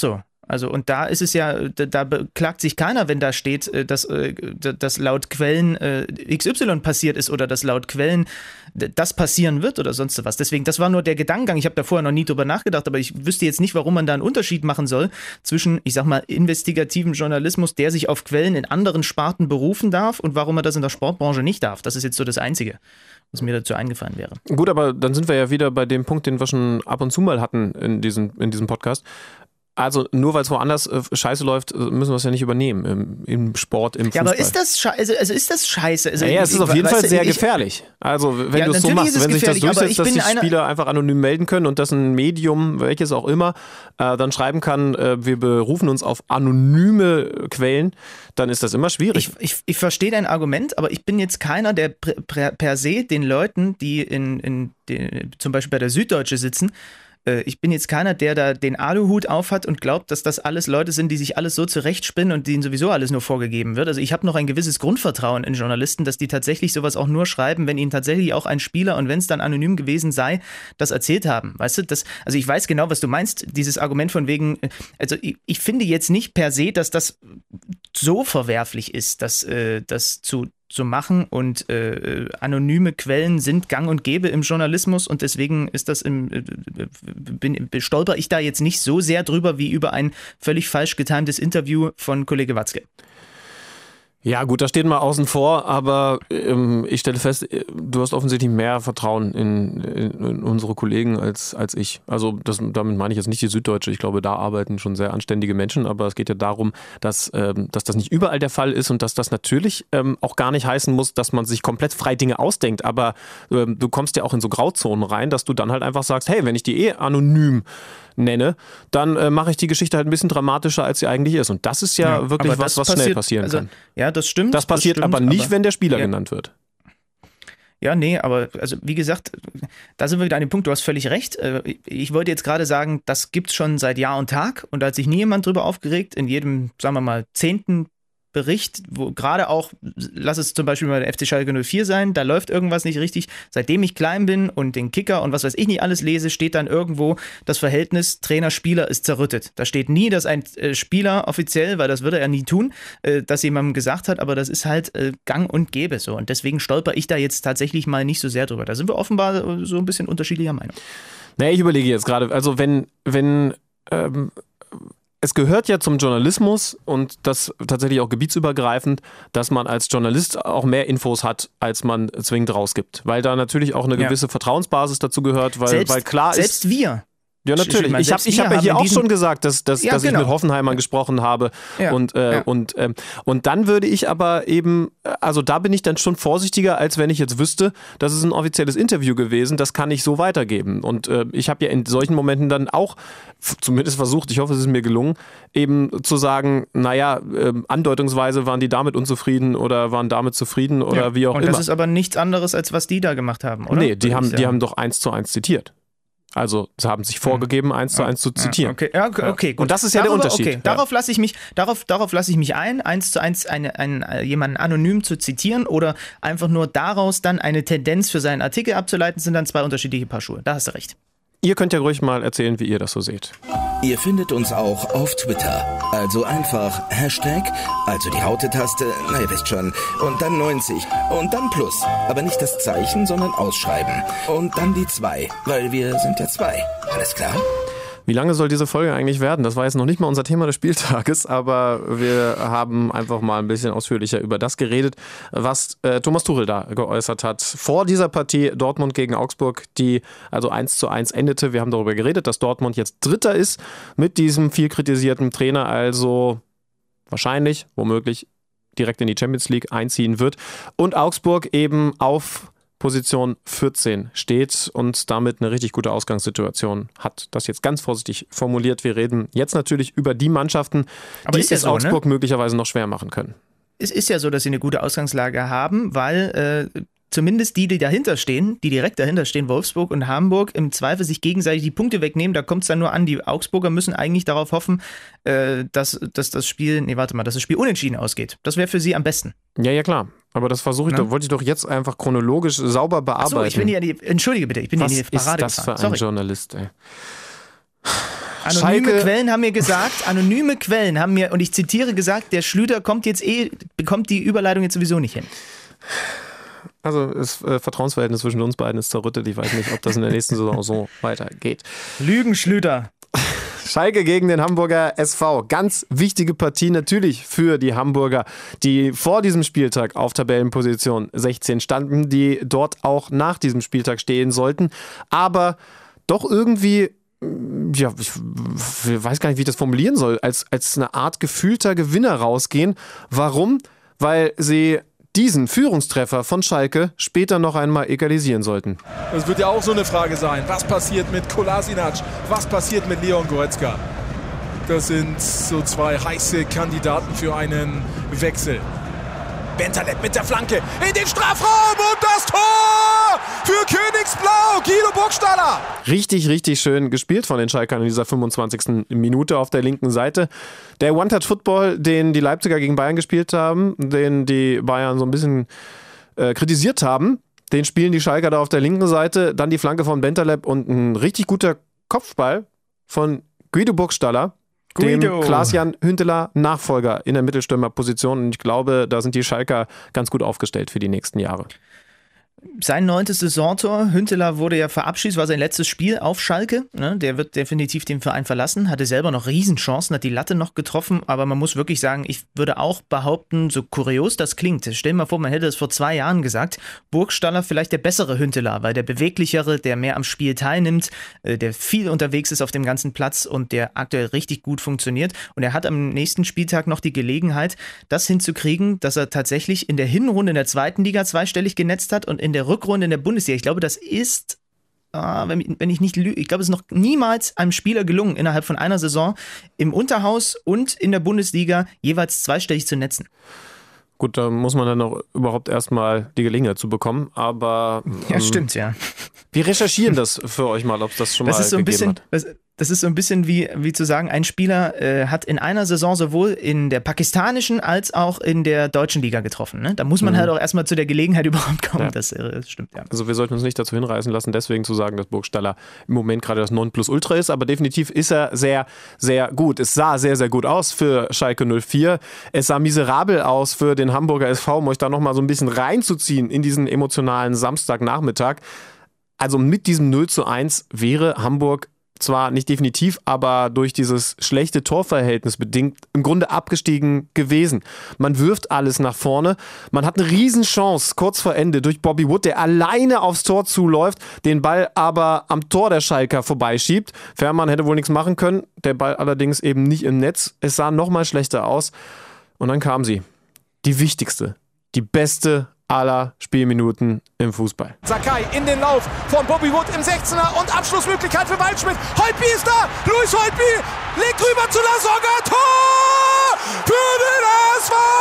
Also und da ist es ja, da beklagt sich keiner, wenn da steht, dass laut Quellen XY passiert ist oder dass laut Quellen das passieren wird oder sonst was. Deswegen, das war nur der Gedankengang. Ich habe da vorher noch nie drüber nachgedacht, aber ich wüsste jetzt nicht, warum man da einen Unterschied machen soll zwischen, ich sag mal, investigativen Journalismus, der sich auf Quellen in anderen Sparten berufen darf und warum er das in der Sportbranche nicht darf. Das ist jetzt so das Einzige, was mir dazu eingefallen wäre. Gut, aber dann sind wir ja wieder bei dem Punkt, den wir schon ab und zu mal hatten in diesem Podcast. Also nur weil es woanders scheiße läuft, müssen wir es ja nicht übernehmen im Sport, im Fußball. Ja, aber ist das scheiße? Also ist das scheiße? Also ja, es ist auf jeden Fall sehr gefährlich. Also wenn du es so machst, wenn sich das durchsetzt, dass sich Spieler einfach anonym melden können und dass ein Medium, welches auch immer, dann schreiben kann, wir berufen uns auf anonyme Quellen, dann ist das immer schwierig. Ich verstehe dein Argument, aber ich bin jetzt keiner, der per se den Leuten, die zum Beispiel bei der Süddeutsche sitzen, ich bin jetzt keiner, der da den Aluhut aufhat und glaubt, dass das alles Leute sind, die sich alles so zurechtspinnen und denen sowieso alles nur vorgegeben wird. Also ich habe noch ein gewisses Grundvertrauen in Journalisten, dass die tatsächlich sowas auch nur schreiben, wenn ihnen tatsächlich auch ein Spieler und wenn es dann anonym gewesen sei, das erzählt haben. Weißt du, also ich weiß genau, was du meinst, dieses Argument von wegen, also ich finde jetzt nicht per se, dass das so verwerflich ist, dass das zu machen und anonyme Quellen sind gang und gäbe im Journalismus und deswegen ist das stolper ich da jetzt nicht so sehr drüber wie über ein völlig falsch getimtes Interview von Kollege Watzke. Ja gut, das steht mal außen vor, aber ich stelle fest, du hast offensichtlich mehr Vertrauen in unsere Kollegen als ich. Also damit meine ich jetzt nicht die Süddeutsche. Ich glaube, da arbeiten schon sehr anständige Menschen, aber es geht ja darum, dass das nicht überall der Fall ist und dass das natürlich auch gar nicht heißen muss, dass man sich komplett frei Dinge ausdenkt, aber du kommst ja auch in so Grauzonen rein, dass du dann halt einfach sagst, hey, wenn ich die anonym nenne, dann mache ich die Geschichte halt ein bisschen dramatischer, als sie eigentlich ist. Und das ist ja wirklich was schnell passieren kann. Ja, das stimmt. Das passiert aber nicht, wenn der Spieler genannt wird. Ja, nee, aber also wie gesagt, da sind wir wieder an dem Punkt, du hast völlig recht. Ich wollte jetzt gerade sagen, das gibt's schon seit Jahr und Tag und da hat sich nie jemand drüber aufgeregt. In jedem, sagen wir mal, 10. Bericht, wo gerade auch, lass es zum Beispiel mal der FC Schalke 04 sein, da läuft irgendwas nicht richtig. Seitdem ich klein bin und den Kicker und was weiß ich nicht alles lese, steht dann irgendwo, das Verhältnis Trainer-Spieler ist zerrüttet. Da steht nie, dass ein Spieler offiziell, weil das würde er nie tun, das jemandem gesagt hat, aber das ist halt gang und gäbe so. Und deswegen stolper ich da jetzt tatsächlich mal nicht so sehr drüber. Da sind wir offenbar so ein bisschen unterschiedlicher Meinung. Naja, ich überlege jetzt gerade, also wenn es gehört ja zum Journalismus und das tatsächlich auch gebietsübergreifend, dass man als Journalist auch mehr Infos hat, als man zwingend rausgibt. Weil da natürlich auch eine gewisse Vertrauensbasis dazu gehört, weil klar ist... Selbst wir. Ja, natürlich. Ich hab ja hier auch schon gesagt, dass ich mit Hoffenheimern gesprochen habe. Ja. Und dann würde ich aber eben, also da bin ich dann schon vorsichtiger, als wenn ich jetzt wüsste, das ist ein offizielles Interview gewesen, das kann ich so weitergeben. Und ich habe ja in solchen Momenten dann auch zumindest versucht, ich hoffe, es ist mir gelungen, eben zu sagen, naja, andeutungsweise waren die damit unzufrieden oder waren damit zufrieden oder wie auch immer. Und das ist aber nichts anderes, als was die da gemacht haben, oder? Nee, die haben doch 1:1 zitiert. Also sie haben sich vorgegeben, 1:1 zu zitieren. Okay, gut. Und das ist ja der Unterschied. Okay. Darauf lasse ich mich ein, 1:1 jemanden anonym zu zitieren oder einfach nur daraus dann eine Tendenz für seinen Artikel abzuleiten, sind dann zwei unterschiedliche Paar Schuhe. Da hast du recht. Ihr könnt ja ruhig mal erzählen, wie ihr das so seht. Ihr findet uns auch auf Twitter. Also einfach Hashtag, also die Raute-Taste, na ihr wisst schon, und dann 90 und dann Plus. Aber nicht das Zeichen, sondern ausschreiben. Und dann die 2, weil wir sind ja 2. Alles klar? Wie lange soll diese Folge eigentlich werden? Das war jetzt noch nicht mal unser Thema des Spieltages, aber wir haben einfach mal ein bisschen ausführlicher über das geredet, was Thomas Tuchel da geäußert hat vor dieser Partie Dortmund gegen Augsburg, die also 1:1 endete. Wir haben darüber geredet, dass Dortmund jetzt Dritter ist mit diesem viel kritisierten Trainer, also wahrscheinlich, womöglich direkt in die Champions League einziehen wird und Augsburg eben auf Position 14 steht und damit eine richtig gute Ausgangssituation hat. Das jetzt ganz vorsichtig formuliert. Wir reden jetzt natürlich über die Mannschaften, die es Augsburg möglicherweise noch schwer machen können. Es ist ja so, dass sie eine gute Ausgangslage haben, weil zumindest die dahinter stehen, die direkt dahinter stehen, Wolfsburg und Hamburg, im Zweifel sich gegenseitig die Punkte wegnehmen. Da kommt es dann nur an. Die Augsburger müssen eigentlich darauf hoffen, dass das Spiel unentschieden ausgeht. Das wäre für sie am besten. Ja, klar. Aber das wollte ich doch jetzt einfach chronologisch sauber bearbeiten. Entschuldige bitte, ich bin hier in die Parade gefahren. Was ist das für ein Journalist, ey? Anonyme Quellen haben mir, und ich zitiere, gesagt, der Schlüter bekommt die Überleitung jetzt sowieso nicht hin. Also das Vertrauensverhältnis zwischen uns beiden ist zerrüttet. Ich weiß nicht, ob das in der nächsten Saison so weitergeht. Lügen, Schlüter. Schalke gegen den Hamburger SV. Ganz wichtige Partie natürlich für die Hamburger, die vor diesem Spieltag auf Tabellenposition 16 standen, die dort auch nach diesem Spieltag stehen sollten. Aber doch irgendwie, ja, ich weiß gar nicht, wie ich das formulieren soll, als eine Art gefühlter Gewinner rausgehen. Warum? Weil sie diesen Führungstreffer von Schalke später noch einmal egalisieren sollten. Das wird ja auch so eine Frage sein. Was passiert mit Kolasinac? Was passiert mit Leon Goretzka? Das sind so zwei heiße Kandidaten für einen Wechsel. Bentaleb mit der Flanke in den Strafraum und das Tor für Königsblau, Guido Burgstaller. Richtig, richtig schön gespielt von den Schalkern in dieser 25. Minute auf der linken Seite. Der One-Touch-Football, den die Leipziger gegen Bayern gespielt haben, den die Bayern so ein bisschen kritisiert haben, den spielen die Schalker da auf der linken Seite. Dann die Flanke von Bentaleb und ein richtig guter Kopfball von Guido Burgstaller, dem Klaas-Jan Huntelaar Nachfolger in der Mittelstürmerposition. Und ich glaube, da sind die Schalker ganz gut aufgestellt für die nächsten Jahre. Sein 9. Saisontor. Huntelaar wurde ja verabschiedet, war sein letztes Spiel auf Schalke. Der wird definitiv den Verein verlassen, hatte selber noch Riesenchancen, hat die Latte noch getroffen, aber man muss wirklich sagen, ich würde auch behaupten, so kurios das klingt, stell dir mal vor, man hätte das vor 2 Jahren gesagt, Burgstaller vielleicht der bessere Huntelaar, weil der beweglichere, der mehr am Spiel teilnimmt, der viel unterwegs ist auf dem ganzen Platz und der aktuell richtig gut funktioniert. Und er hat am nächsten Spieltag noch die Gelegenheit, das hinzukriegen, dass er tatsächlich in der Hinrunde in der 2. Liga zweistellig genetzt hat und in der Rückrunde in der Bundesliga. Ich glaube, das ist, wenn ich nicht lüge, ich glaube, es ist noch niemals einem Spieler gelungen, innerhalb von einer Saison im Unterhaus und in der Bundesliga jeweils zweistellig zu netzen. Gut, da muss man dann auch überhaupt erstmal die Gelegenheit zu bekommen, aber... Ja, stimmt, ja. Wir recherchieren das für euch mal, ob es das schon mal gegeben hat. Das ist so ein bisschen wie zu sagen, ein Spieler hat in einer Saison sowohl in der pakistanischen als auch in der deutschen Liga getroffen. Ne? Da muss man halt auch erstmal zu der Gelegenheit überhaupt kommen. Ja. Das stimmt, ja. Also wir sollten uns nicht dazu hinreißen lassen, deswegen zu sagen, dass Burgstaller im Moment gerade das Nonplusultra ist, aber definitiv ist er sehr, sehr gut. Es sah sehr, sehr gut aus für Schalke 04. Es sah miserabel aus für den Hamburger SV, um euch da nochmal so ein bisschen reinzuziehen in diesen emotionalen Samstagnachmittag. Also mit diesem 0:1 wäre Hamburg zwar nicht definitiv, aber durch dieses schlechte Torverhältnis bedingt im Grunde abgestiegen gewesen. Man wirft alles nach vorne. Man hat eine Riesenchance kurz vor Ende durch Bobby Wood, der alleine aufs Tor zuläuft, den Ball aber am Tor der Schalker vorbeischiebt. Fährmann hätte wohl nichts machen können, der Ball allerdings eben nicht im Netz. Es sah nochmal schlechter aus. Und dann kam sie. Die wichtigste, die beste aller Spielminuten im Fußball. Sakai in den Lauf von Bobby Wood im 16er und Abschlussmöglichkeit für Waldschmidt. Holtby ist da, Luis Holtby legt rüber zu Lasogga, Tor für den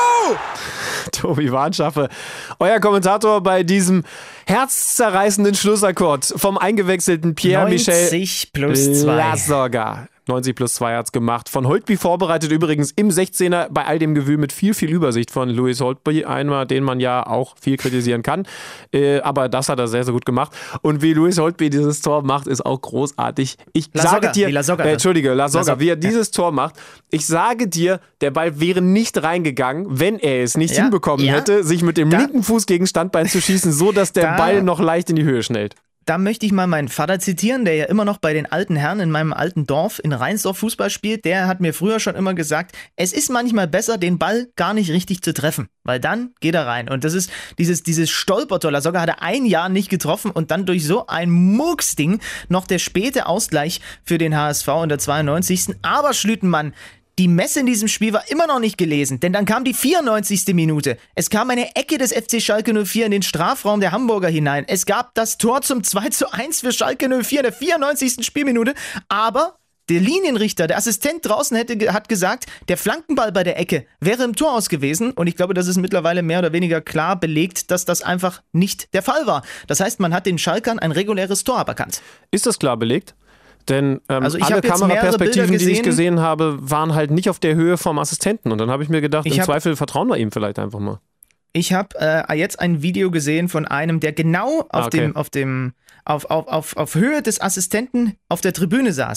HSV! Tobi Warnschaffe, euer Kommentator bei diesem herzzerreißenden Schlussakkord vom eingewechselten Pierre-Michel 90+2 Lasogga. 90+2 hat's gemacht. Von Holtby vorbereitet übrigens im 16er bei all dem Gewühl mit viel, viel Übersicht von Louis Holtby. Einer, den man ja auch viel kritisieren kann. Aber das hat er sehr, sehr gut gemacht. Und wie Louis Holtby dieses Tor macht, ist auch großartig. Ich sage dir, Lasogga, wie er dieses Tor macht. Ich sage dir, der Ball wäre nicht reingegangen, wenn er es nicht hinbekommen hätte, sich mit dem linken Fuß gegen Standbein zu schießen, so dass der Ball noch leicht in die Höhe schnellt. Da möchte ich mal meinen Vater zitieren, der ja immer noch bei den alten Herren in meinem alten Dorf in Reinsdorf Fußball spielt. Der hat mir früher schon immer gesagt, es ist manchmal besser, den Ball gar nicht richtig zu treffen, weil dann geht er rein. Und das ist dieses Stolpertor. Lasogga hat er 1 Jahr nicht getroffen und dann durch so ein Murksding noch der späte Ausgleich für den HSV in der 92. Aber Schlütenmann, die Messe in diesem Spiel war immer noch nicht gelesen, denn dann kam die 94. Minute. Es kam eine Ecke des FC Schalke 04 in den Strafraum der Hamburger hinein. Es gab das Tor zum 2:1 für Schalke 04 in der 94. Spielminute, aber der Linienrichter, der Assistent draußen hat gesagt, der Flankenball bei der Ecke wäre im Tor aus gewesen und ich glaube, das ist mittlerweile mehr oder weniger klar belegt, dass das einfach nicht der Fall war. Das heißt, man hat den Schalkern ein reguläres Tor aberkannt. Ist das klar belegt? Denn alle Kameraperspektiven, die ich gesehen habe, waren halt nicht auf der Höhe vom Assistenten. Und dann habe ich mir gedacht, im Zweifel vertrauen wir ihm vielleicht einfach mal. Ich habe jetzt ein Video gesehen von einem, der genau auf Höhe des Assistenten auf der Tribüne saß.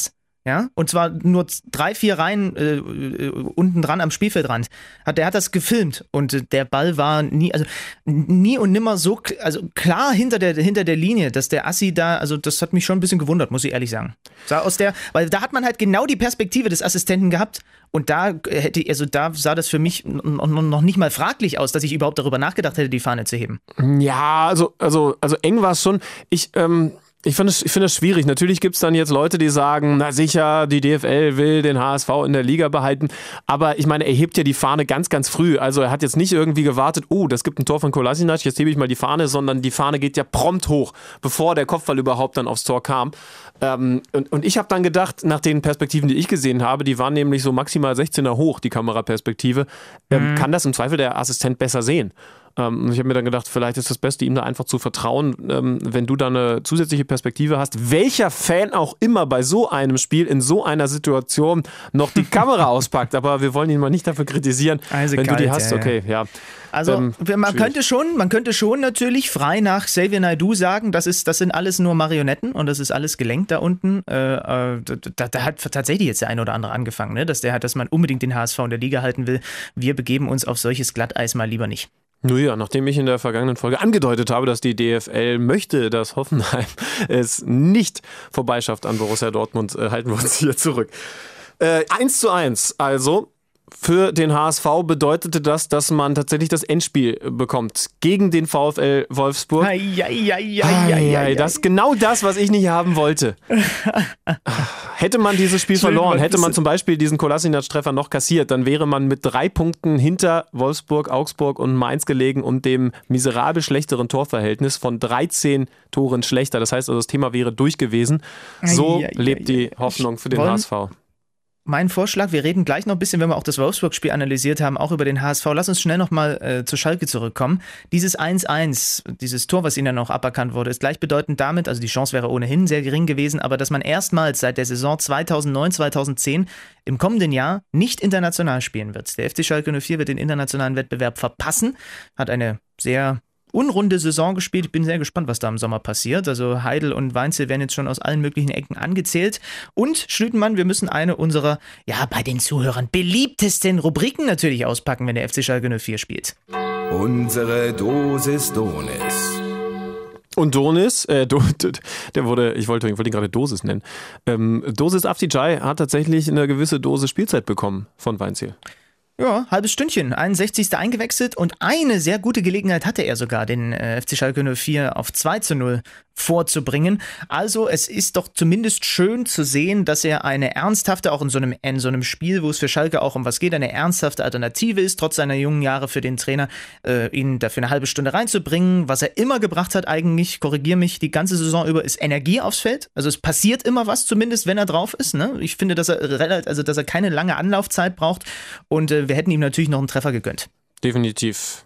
Ja, und zwar nur 3-4 Reihen unten dran am Spielfeldrand. Der hat das gefilmt und der Ball war nie und nimmer so klar hinter der Linie, dass der Assi da, also das hat mich schon ein bisschen gewundert, muss ich ehrlich sagen. Weil da hat man halt genau die Perspektive des Assistenten gehabt und da sah das für mich noch nicht mal fraglich aus, dass ich überhaupt darüber nachgedacht hätte, die Fahne zu heben. Ja, also eng war es schon. Ich finde das schwierig. Natürlich gibt es dann jetzt Leute, die sagen, na sicher, die DFL will den HSV in der Liga behalten. Aber ich meine, er hebt ja die Fahne ganz, ganz früh. Also er hat jetzt nicht irgendwie gewartet, das gibt ein Tor von Kolasinac, jetzt hebe ich mal die Fahne, sondern die Fahne geht ja prompt hoch, bevor der Kopfball überhaupt dann aufs Tor kam. Und ich habe dann gedacht, nach den Perspektiven, die ich gesehen habe, die waren nämlich so maximal 16er hoch, die Kameraperspektive, kann das im Zweifel der Assistent besser sehen. Und ich habe mir dann gedacht, vielleicht ist das Beste, ihm da einfach zu vertrauen, wenn du da eine zusätzliche Perspektive hast. Welcher Fan auch immer bei so einem Spiel, in so einer Situation noch die Kamera auspackt. Aber wir wollen ihn mal nicht dafür kritisieren, wenn du die hast. Okay, ja. Also man könnte schon natürlich frei nach Xavier Naidoo sagen, das sind alles nur Marionetten und das ist alles gelenkt da unten. Da hat tatsächlich jetzt der eine oder andere angefangen, ne? Dass man unbedingt den HSV in der Liga halten will. Wir begeben uns auf solches Glatteis mal lieber nicht. Nun ja, nachdem ich in der vergangenen Folge angedeutet habe, dass die DFL möchte, dass Hoffenheim es nicht vorbeischafft an Borussia Dortmund, halten wir uns hier zurück. 1:1, also für den HSV bedeutete das, dass man tatsächlich das Endspiel bekommt gegen den VfL Wolfsburg. Das ist genau das, was ich nicht haben wollte. Hätte man dieses Spiel verloren, hätte man zum Beispiel diesen Kolasinac-Treffer noch kassiert, dann wäre man mit 3 Punkten hinter Wolfsburg, Augsburg und Mainz gelegen und dem miserabel schlechteren Torverhältnis von 13 Toren schlechter. Das heißt also, das Thema wäre durch gewesen. So lebt die Hoffnung für den HSV. Mein Vorschlag, wir reden gleich noch ein bisschen, wenn wir auch das Wolfsburg-Spiel analysiert haben, auch über den HSV. Lass uns schnell nochmal zu Schalke zurückkommen. Dieses 1:1, dieses Tor, was ihnen dann auch aberkannt wurde, ist gleichbedeutend damit, also die Chance wäre ohnehin sehr gering gewesen, aber dass man erstmals seit der Saison 2009/2010 im kommenden Jahr nicht international spielen wird. Der FC Schalke 04 wird den internationalen Wettbewerb verpassen, hat eine sehr unrunde Saison gespielt. Ich bin sehr gespannt, was da im Sommer passiert. Also Heidel und Weinzel werden jetzt schon aus allen möglichen Ecken angezählt. Und Schlütenmann, wir müssen eine unserer, bei den Zuhörern beliebtesten Rubriken natürlich auspacken, wenn der FC Schalke 04 spielt. Unsere Dosis Donis. Und Donis, ich wollte ihn gerade Dosis nennen. Dosis Afdijai hat tatsächlich eine gewisse Dosis Spielzeit bekommen von Weinzel. Ja, halbes Stündchen, 61. eingewechselt und eine sehr gute Gelegenheit hatte er sogar, den FC Schalke 04 auf 2:0 vorzubringen. Also es ist doch zumindest schön zu sehen, dass er eine ernsthafte, auch in so einem Spiel, wo es für Schalke auch um was geht, eine ernsthafte Alternative ist, trotz seiner jungen Jahre für den Trainer, ihn dafür eine halbe Stunde reinzubringen. Was er immer gebracht hat eigentlich, korrigiere mich, die ganze Saison über, ist Energie aufs Feld. Also es passiert immer was, zumindest wenn er drauf ist. Ne? Ich finde, dass er keine lange Anlaufzeit braucht und wir hätten ihm natürlich noch einen Treffer gegönnt. Definitiv.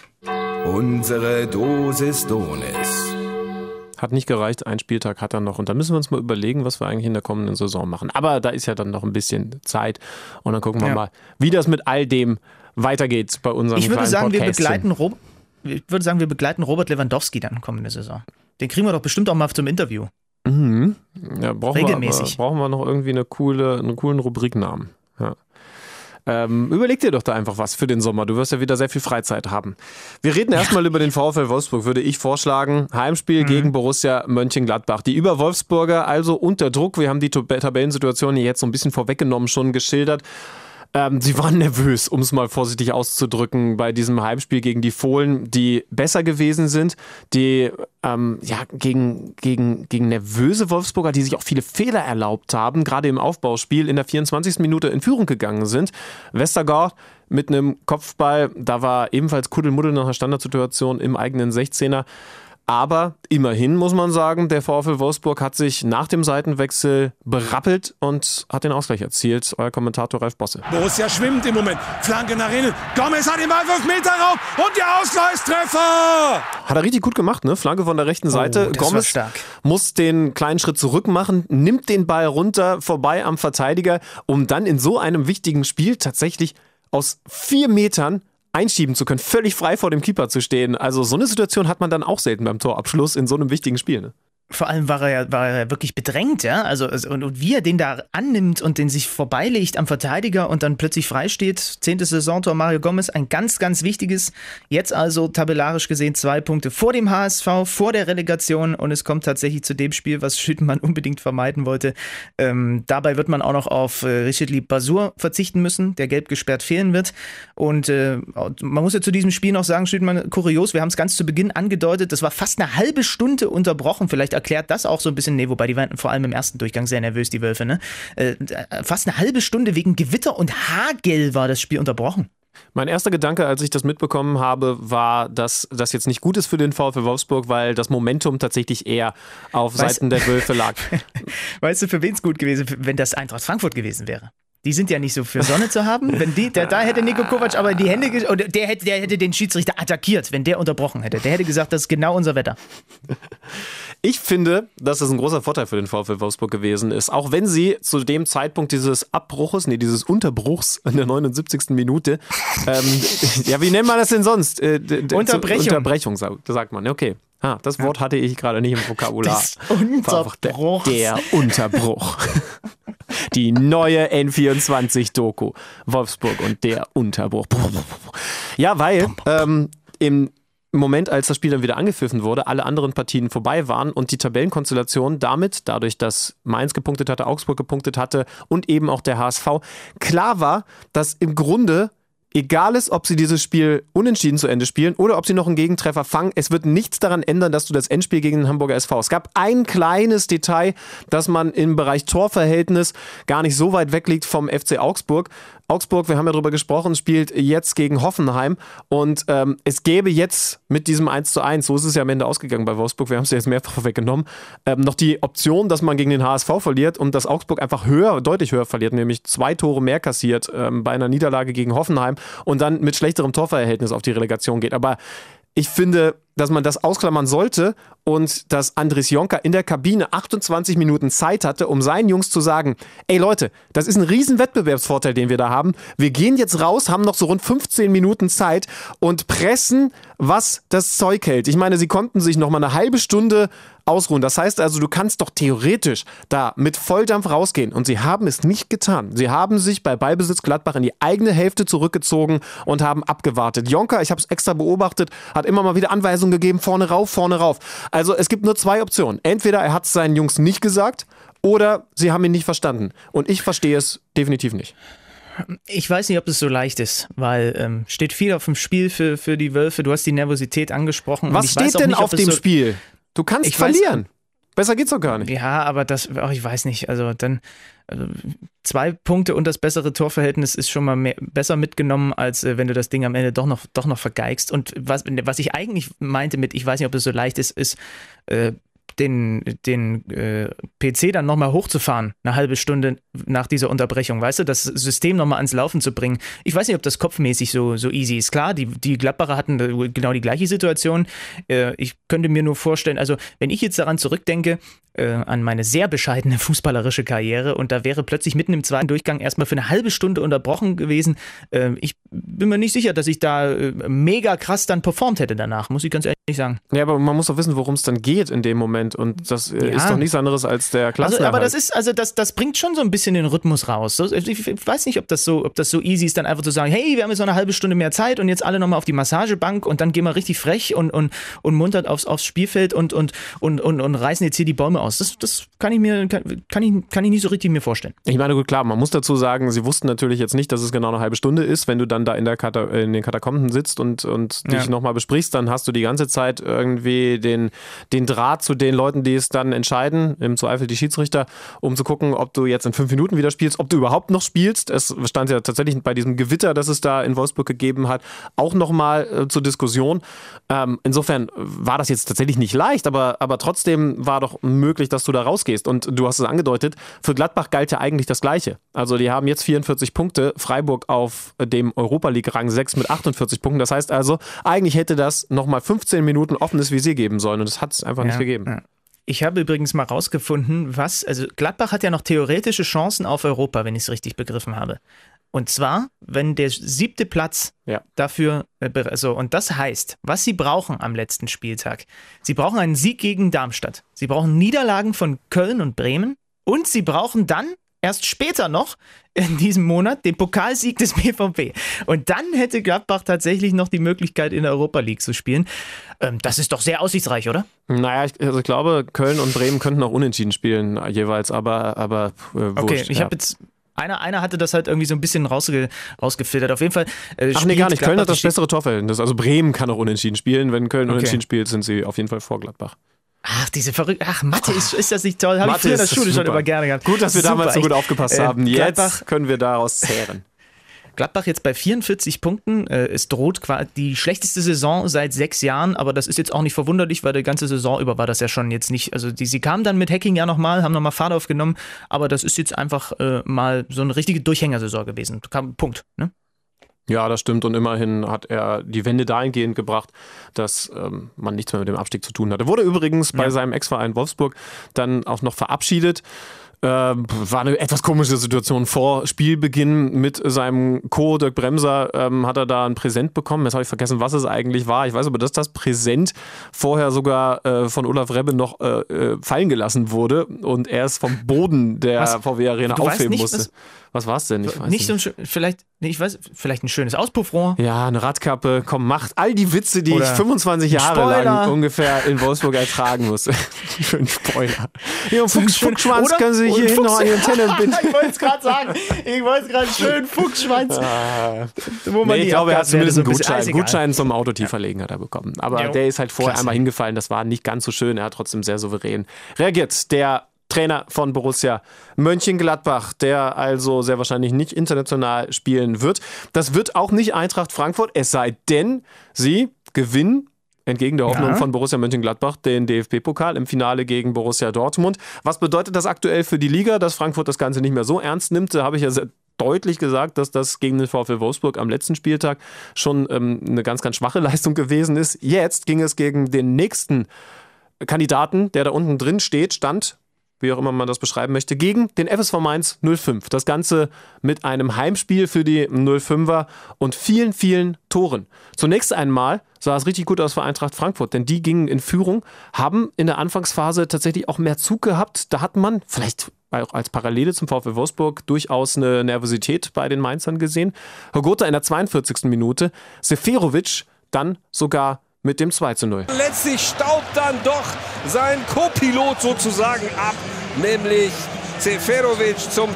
Unsere Dosis Donis. Hat nicht gereicht, ein Spieltag hat er noch. Und da müssen wir uns mal überlegen, was wir eigentlich in der kommenden Saison machen. Aber da ist ja dann noch ein bisschen Zeit. Und dann gucken wir mal, wie das mit all dem weitergeht bei unserem kleinen Podcast. Ich würde sagen, wir begleiten Robert Lewandowski dann kommende Saison. Den kriegen wir doch bestimmt auch mal zum Interview. Mhm. Ja, regelmäßig. Brauchen wir noch irgendwie einen coolen Rubriknamen. Ja. Überleg dir doch da einfach was für den Sommer. Du wirst ja wieder sehr viel Freizeit haben. Wir reden erstmal über den VfL Wolfsburg, würde ich vorschlagen. Heimspiel gegen Borussia Mönchengladbach. Die Über-Wolfsburger also unter Druck. Wir haben die Tabellensituation hier jetzt so ein bisschen vorweggenommen schon geschildert. Sie waren nervös, um es mal vorsichtig auszudrücken, bei diesem Heimspiel gegen die Fohlen, die besser gewesen sind, die gegen nervöse Wolfsburger, die sich auch viele Fehler erlaubt haben, gerade im Aufbauspiel in der 24. Minute in Führung gegangen sind. Westergaard mit einem Kopfball, da war ebenfalls Kuddelmuddel nach einer Standardsituation im eigenen 16er. Aber immerhin muss man sagen, der VfL Wolfsburg hat sich nach dem Seitenwechsel berappelt und hat den Ausgleich erzielt. Euer Kommentator Ralf Bosse. Borussia schwimmt im Moment. Flanke nach innen. Gomez hat den Ball 5 Meter rauf und der Ausgleichstreffer. Hat er richtig gut gemacht, ne? Flanke von der rechten Seite. Gomez muss den kleinen Schritt zurück machen, nimmt den Ball runter, vorbei am Verteidiger, um dann in so einem wichtigen Spiel tatsächlich aus 4 Metern einschieben zu können, völlig frei vor dem Keeper zu stehen. Also so eine Situation hat man dann auch selten beim Torabschluss in so einem wichtigen Spiel. Ne? Vor allem war er ja wirklich bedrängt, ja. Also und wie er den da annimmt und den sich vorbeilegt am Verteidiger und dann plötzlich frei steht. 10. Saisontor Mario Gomez, ein ganz, ganz wichtiges. Jetzt also tabellarisch gesehen 2 Punkte vor dem HSV, vor der Relegation, und es kommt tatsächlich zu dem Spiel, was Schüttenmann unbedingt vermeiden wollte. Dabei wird man auch noch auf Richetli Basur verzichten müssen, der gelb gesperrt fehlen wird. Und man muss ja zu diesem Spiel noch sagen, Schüttenmann, kurios, wir haben es ganz zu Beginn angedeutet, das war fast eine halbe Stunde unterbrochen. Vielleicht erklärt das auch so ein bisschen, wobei die waren vor allem im ersten Durchgang sehr nervös, die Wölfe, ne? Fast eine halbe Stunde wegen Gewitter und Hagel war das Spiel unterbrochen. Mein erster Gedanke, als ich das mitbekommen habe, war, dass das jetzt nicht gut ist für den VfL Wolfsburg, weil das Momentum tatsächlich eher auf Seiten der Wölfe lag. Weißt du, für wen es gut gewesen wäre, wenn das Eintracht Frankfurt gewesen wäre? Die sind ja nicht so für Sonne zu haben. Wenn da hätte Niko Kovac aber die Hände, oder der hätte den Schiedsrichter attackiert, wenn der unterbrochen hätte. Der hätte gesagt, das ist genau unser Wetter. Ich finde, dass das ein großer Vorteil für den VfL Wolfsburg gewesen ist. Auch wenn sie zu dem Zeitpunkt dieses Unterbruchs in der 79. Minute, ja, wie nennt man das denn sonst? Unterbrechung, sagt man. Okay. Das Wort hatte ich gerade nicht im Vokabular. Unterbruch. Der Unterbruch. Die neue N24-Doku. Wolfsburg und der Unterbruch. Ja, weil im Moment, als das Spiel dann wieder angepfiffen wurde, alle anderen Partien vorbei waren und die Tabellenkonstellation dadurch, dass Mainz gepunktet hatte, Augsburg gepunktet hatte und eben auch der HSV, klar war, dass im Grunde egal ist, ob sie dieses Spiel unentschieden zu Ende spielen oder ob sie noch einen Gegentreffer fangen, es wird nichts daran ändern, dass du das Endspiel gegen den Hamburger SV. Es gab ein kleines Detail, dass man im Bereich Torverhältnis gar nicht so weit weg liegt vom FC Augsburg. Augsburg, wir haben ja darüber gesprochen, spielt jetzt gegen Hoffenheim und es gäbe jetzt mit diesem 1:1, so ist es ja am Ende ausgegangen bei Wolfsburg, wir haben es ja jetzt mehrfach weggenommen, noch die Option, dass man gegen den HSV verliert und dass Augsburg einfach deutlich höher verliert, nämlich 2 Tore mehr kassiert bei einer Niederlage gegen Hoffenheim und dann mit schlechterem Torverhältnis auf die Relegation geht. Aber ich finde, dass man das ausklammern sollte und dass Andries Jonker in der Kabine 28 Minuten Zeit hatte, um seinen Jungs zu sagen, ey Leute, das ist ein riesen Wettbewerbsvorteil, den wir da haben. Wir gehen jetzt raus, haben noch so rund 15 Minuten Zeit und pressen, was das Zeug hält. Ich meine, sie konnten sich noch mal eine halbe Stunde ausruhen. Das heißt also, du kannst doch theoretisch da mit Volldampf rausgehen. Und sie haben es nicht getan. Sie haben sich bei Ballbesitz Gladbach in die eigene Hälfte zurückgezogen und haben abgewartet. Jonker, ich habe es extra beobachtet, hat immer mal wieder Anweisungen gegeben, vorne rauf, vorne rauf. Also es gibt nur 2 Optionen. Entweder er hat es seinen Jungs nicht gesagt oder sie haben ihn nicht verstanden. Und ich verstehe es definitiv nicht. Ich weiß nicht, ob das so leicht ist, weil steht viel auf dem Spiel für die Wölfe. Du hast die Nervosität angesprochen. Was steht denn auf dem Spiel? Du kannst verlieren. Besser geht's doch gar nicht. Ja, aber ich weiß nicht. Also dann 2 Punkte und das bessere Torverhältnis ist schon mal besser mitgenommen, als wenn du das Ding am Ende doch noch vergeigst. Und was ich eigentlich meinte mit, ich weiß nicht, ob es so leicht ist, den PC dann nochmal hochzufahren, eine halbe Stunde nach dieser Unterbrechung, weißt du, das System nochmal ans Laufen zu bringen. Ich weiß nicht, ob das kopfmäßig so easy ist. Klar, die Gladbacher hatten genau die gleiche Situation. Ich könnte mir nur vorstellen, also wenn ich jetzt daran zurückdenke, an meine sehr bescheidene fußballerische Karriere und da wäre plötzlich mitten im zweiten Durchgang erstmal für eine halbe Stunde unterbrochen gewesen. Ich bin mir nicht sicher, dass ich da mega krass dann performt hätte danach, muss ich ganz ehrlich sagen. Ja, aber man muss doch wissen, worum es dann geht in dem Moment und das ist doch nichts anderes als der Klassenerhalt. Aber das bringt schon so ein bisschen den Rhythmus raus. Ich weiß nicht, ob das so easy ist, dann einfach zu sagen, hey, wir haben jetzt noch eine halbe Stunde mehr Zeit und jetzt alle nochmal auf die Massagebank und dann gehen wir richtig frech und munter aufs Spielfeld und reißen jetzt hier die Bäume aus. Das kann ich nicht so richtig mir vorstellen. Ich meine, gut, klar, man muss dazu sagen, sie wussten natürlich jetzt nicht, dass es genau eine halbe Stunde ist. Wenn du dann da in den Katakomben sitzt und dich nochmal besprichst, dann hast du die ganze Zeit irgendwie den Draht zu den Leuten, die es dann entscheiden, im Zweifel die Schiedsrichter, um zu gucken, ob du jetzt in 5 Minuten wieder spielst, ob du überhaupt noch spielst. Es stand ja tatsächlich bei diesem Gewitter, das es da in Wolfsburg gegeben hat, auch nochmal zur Diskussion. Insofern war das jetzt tatsächlich nicht leicht, aber trotzdem war doch möglich, dass du da rausgehst. Und du hast es angedeutet, für Gladbach galt ja eigentlich das Gleiche. Also die haben jetzt 44 Punkte, Freiburg auf dem Europa-League-Rang 6 mit 48 Punkten. Das heißt also, eigentlich hätte das nochmal 15 Minuten offenes Visier geben sollen und das hat es einfach nicht gegeben. Ja. Ich habe übrigens mal rausgefunden, also Gladbach hat ja noch theoretische Chancen auf Europa, wenn ich es richtig begriffen habe. Und zwar, wenn der 7. Platz dafür, und das heißt, was sie brauchen am letzten Spieltag, sie brauchen einen Sieg gegen Darmstadt, sie brauchen Niederlagen von Köln und Bremen und sie brauchen dann erst später noch in diesem Monat den Pokalsieg des BVB. Und dann hätte Gladbach tatsächlich noch die Möglichkeit, in der Europa League zu spielen. Das ist doch sehr aussichtsreich, oder? Naja, ich glaube, Köln und Bremen könnten auch unentschieden spielen jeweils, aber wurscht. Okay, ich habe jetzt... Einer hatte das halt irgendwie so ein bisschen rausgefiltert. Auf jeden Fall. Ach nee, gar nicht. Köln hat das bessere Torverhältnis. Also Bremen kann auch unentschieden spielen. Wenn Köln unentschieden spielt, sind sie auf jeden Fall vor Gladbach. Ach, diese verrückte. Ach, Mathe, ist das nicht toll? Habe ich früher in der Schule schon immer gerne gehabt. Gut, dass wir damals so gut aufgepasst haben. Jetzt können wir daraus zehren. Gladbach jetzt bei 44 Punkten. Es droht die schlechteste Saison seit 6 Jahren, aber das ist jetzt auch nicht verwunderlich, weil die ganze Saison über war das ja schon jetzt nicht. Also sie kamen dann mit Hacking ja nochmal, haben nochmal Fahrt aufgenommen, aber das ist jetzt einfach mal so eine richtige Durchhängersaison gewesen. Punkt, ne? Ja, das stimmt und immerhin hat er die Wende dahingehend gebracht, dass man nichts mehr mit dem Abstieg zu tun hatte. Wurde übrigens bei seinem Ex-Verein Wolfsburg dann auch noch verabschiedet. War eine etwas komische Situation. Vor Spielbeginn mit seinem Co. Dirk Bremser hat er da ein Präsent bekommen. Jetzt habe ich vergessen, was es eigentlich war. Ich weiß aber, dass das Präsent vorher sogar von Olaf Rebbe noch fallen gelassen wurde und er es vom Boden der VW Arena aufheben musste. Was war es denn? Ich weiß nicht. So vielleicht ein schönes Auspuffrohr. Ja, eine Radkappe. Komm, macht all die Witze, die ich 25 Jahre lang ungefähr in Wolfsburg ertragen musste. Schön Spoiler. Ja, Fuchsschwanz können Sie hier hin noch an die Antenne binden. Ich wollte es gerade sagen. Schön Fuchsschwanz. Ich glaube, er hat zumindest einen Gutschein zum Autotieferlegen hat er bekommen. Aber der ist halt vorher einmal hingefallen. Das war nicht ganz so schön. Er hat trotzdem sehr souverän reagiert. Der Trainer von Borussia Mönchengladbach, der also sehr wahrscheinlich nicht international spielen wird. Das wird auch nicht Eintracht Frankfurt, es sei denn, sie gewinnen, entgegen der Hoffnung von Borussia Mönchengladbach, den DFB-Pokal im Finale gegen Borussia Dortmund. Was bedeutet das aktuell für die Liga, dass Frankfurt das Ganze nicht mehr so ernst nimmt? Da habe ich ja sehr deutlich gesagt, dass das gegen den VfL Wolfsburg am letzten Spieltag schon eine ganz, ganz schwache Leistung gewesen ist. Jetzt ging es gegen den nächsten Kandidaten, der da unten drin stand, wie auch immer man das beschreiben möchte, gegen den FSV Mainz 05. Das Ganze mit einem Heimspiel für die 05er und vielen, vielen Toren. Zunächst einmal sah es richtig gut aus für Eintracht Frankfurt, denn die gingen in Führung, haben in der Anfangsphase tatsächlich auch mehr Zug gehabt. Da hat man vielleicht auch als Parallele zum VfL Wolfsburg durchaus eine Nervosität bei den Mainzern gesehen. Hogota in der 42. Minute, Seferovic dann sogar mit dem 2:0. Letztlich staubt dann doch sein Co-Pilot sozusagen ab, nämlich Seferovic zum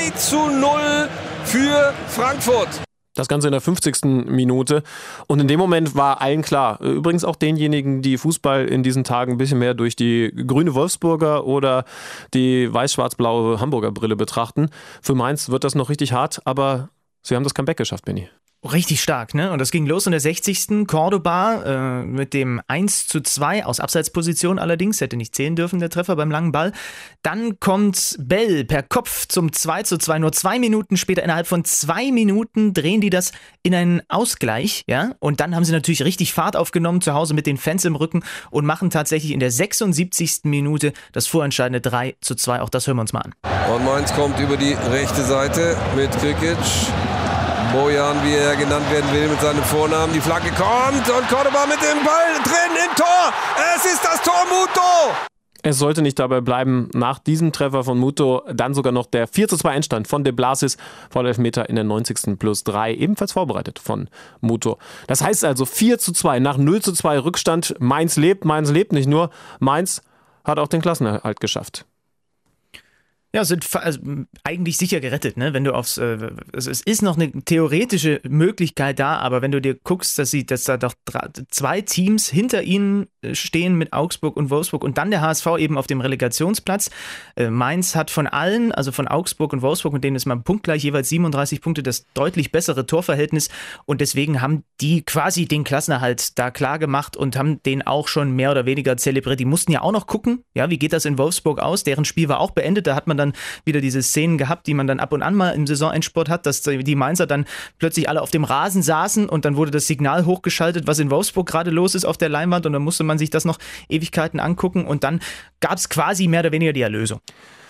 2:0 für Frankfurt. Das Ganze in der 50. Minute. Und in dem Moment war allen klar, übrigens auch denjenigen, die Fußball in diesen Tagen ein bisschen mehr durch die grüne Wolfsburger oder die weiß-schwarz-blaue Hamburger Brille betrachten. Für Mainz wird das noch richtig hart, aber sie haben das Comeback geschafft, Benni. Richtig stark, ne? Und das ging los in der 60. Cordoba mit dem 1:2 aus Abseitsposition allerdings, hätte nicht zählen dürfen, der Treffer beim langen Ball. Dann kommt Bell per Kopf zum 2:2. Nur 2 Minuten später, innerhalb von 2 Minuten drehen die das in einen Ausgleich, ja? Und dann haben sie natürlich richtig Fahrt aufgenommen, zu Hause mit den Fans im Rücken und machen tatsächlich in der 76. Minute das vorentscheidende 3:2. Auch das hören wir uns mal an. Und Mainz kommt über die rechte Seite mit Krikic. Bojan, wie er genannt werden will, mit seinem Vornamen. Die Flanke kommt und Cordoba mit dem Ball drin im Tor. Es ist das Tor Muto. Es sollte nicht dabei bleiben. Nach diesem Treffer von Muto dann sogar noch der 4:2 Endstand von De Blasis vor Elfmeter in der 90. +3, ebenfalls vorbereitet von Muto. Das heißt also 4:2 nach 0:2 Rückstand. Mainz lebt nicht nur. Mainz hat auch den Klassenerhalt geschafft. Ja, sind eigentlich sicher gerettet, ne? Wenn du es ist noch eine theoretische Möglichkeit da, aber wenn du dir guckst, dass da doch 2 Teams hinter ihnen stehen mit Augsburg und Wolfsburg und dann der HSV eben auf dem Relegationsplatz. Mainz hat von allen, also von Augsburg und Wolfsburg, mit denen ist man punktgleich, jeweils 37 Punkte, das deutlich bessere Torverhältnis und deswegen haben die quasi den Klassenerhalt da klar gemacht und haben den auch schon mehr oder weniger zelebriert. Die mussten ja auch noch gucken, ja, wie geht das in Wolfsburg aus? Deren Spiel war auch beendet, da hat man dann wieder diese Szenen gehabt, die man dann ab und an mal im Saisonendsport hat, dass die Mainzer dann plötzlich alle auf dem Rasen saßen und dann wurde das Signal hochgeschaltet, was in Wolfsburg gerade los ist auf der Leinwand und dann musste man sich das noch Ewigkeiten angucken und dann gab es quasi mehr oder weniger die Erlösung.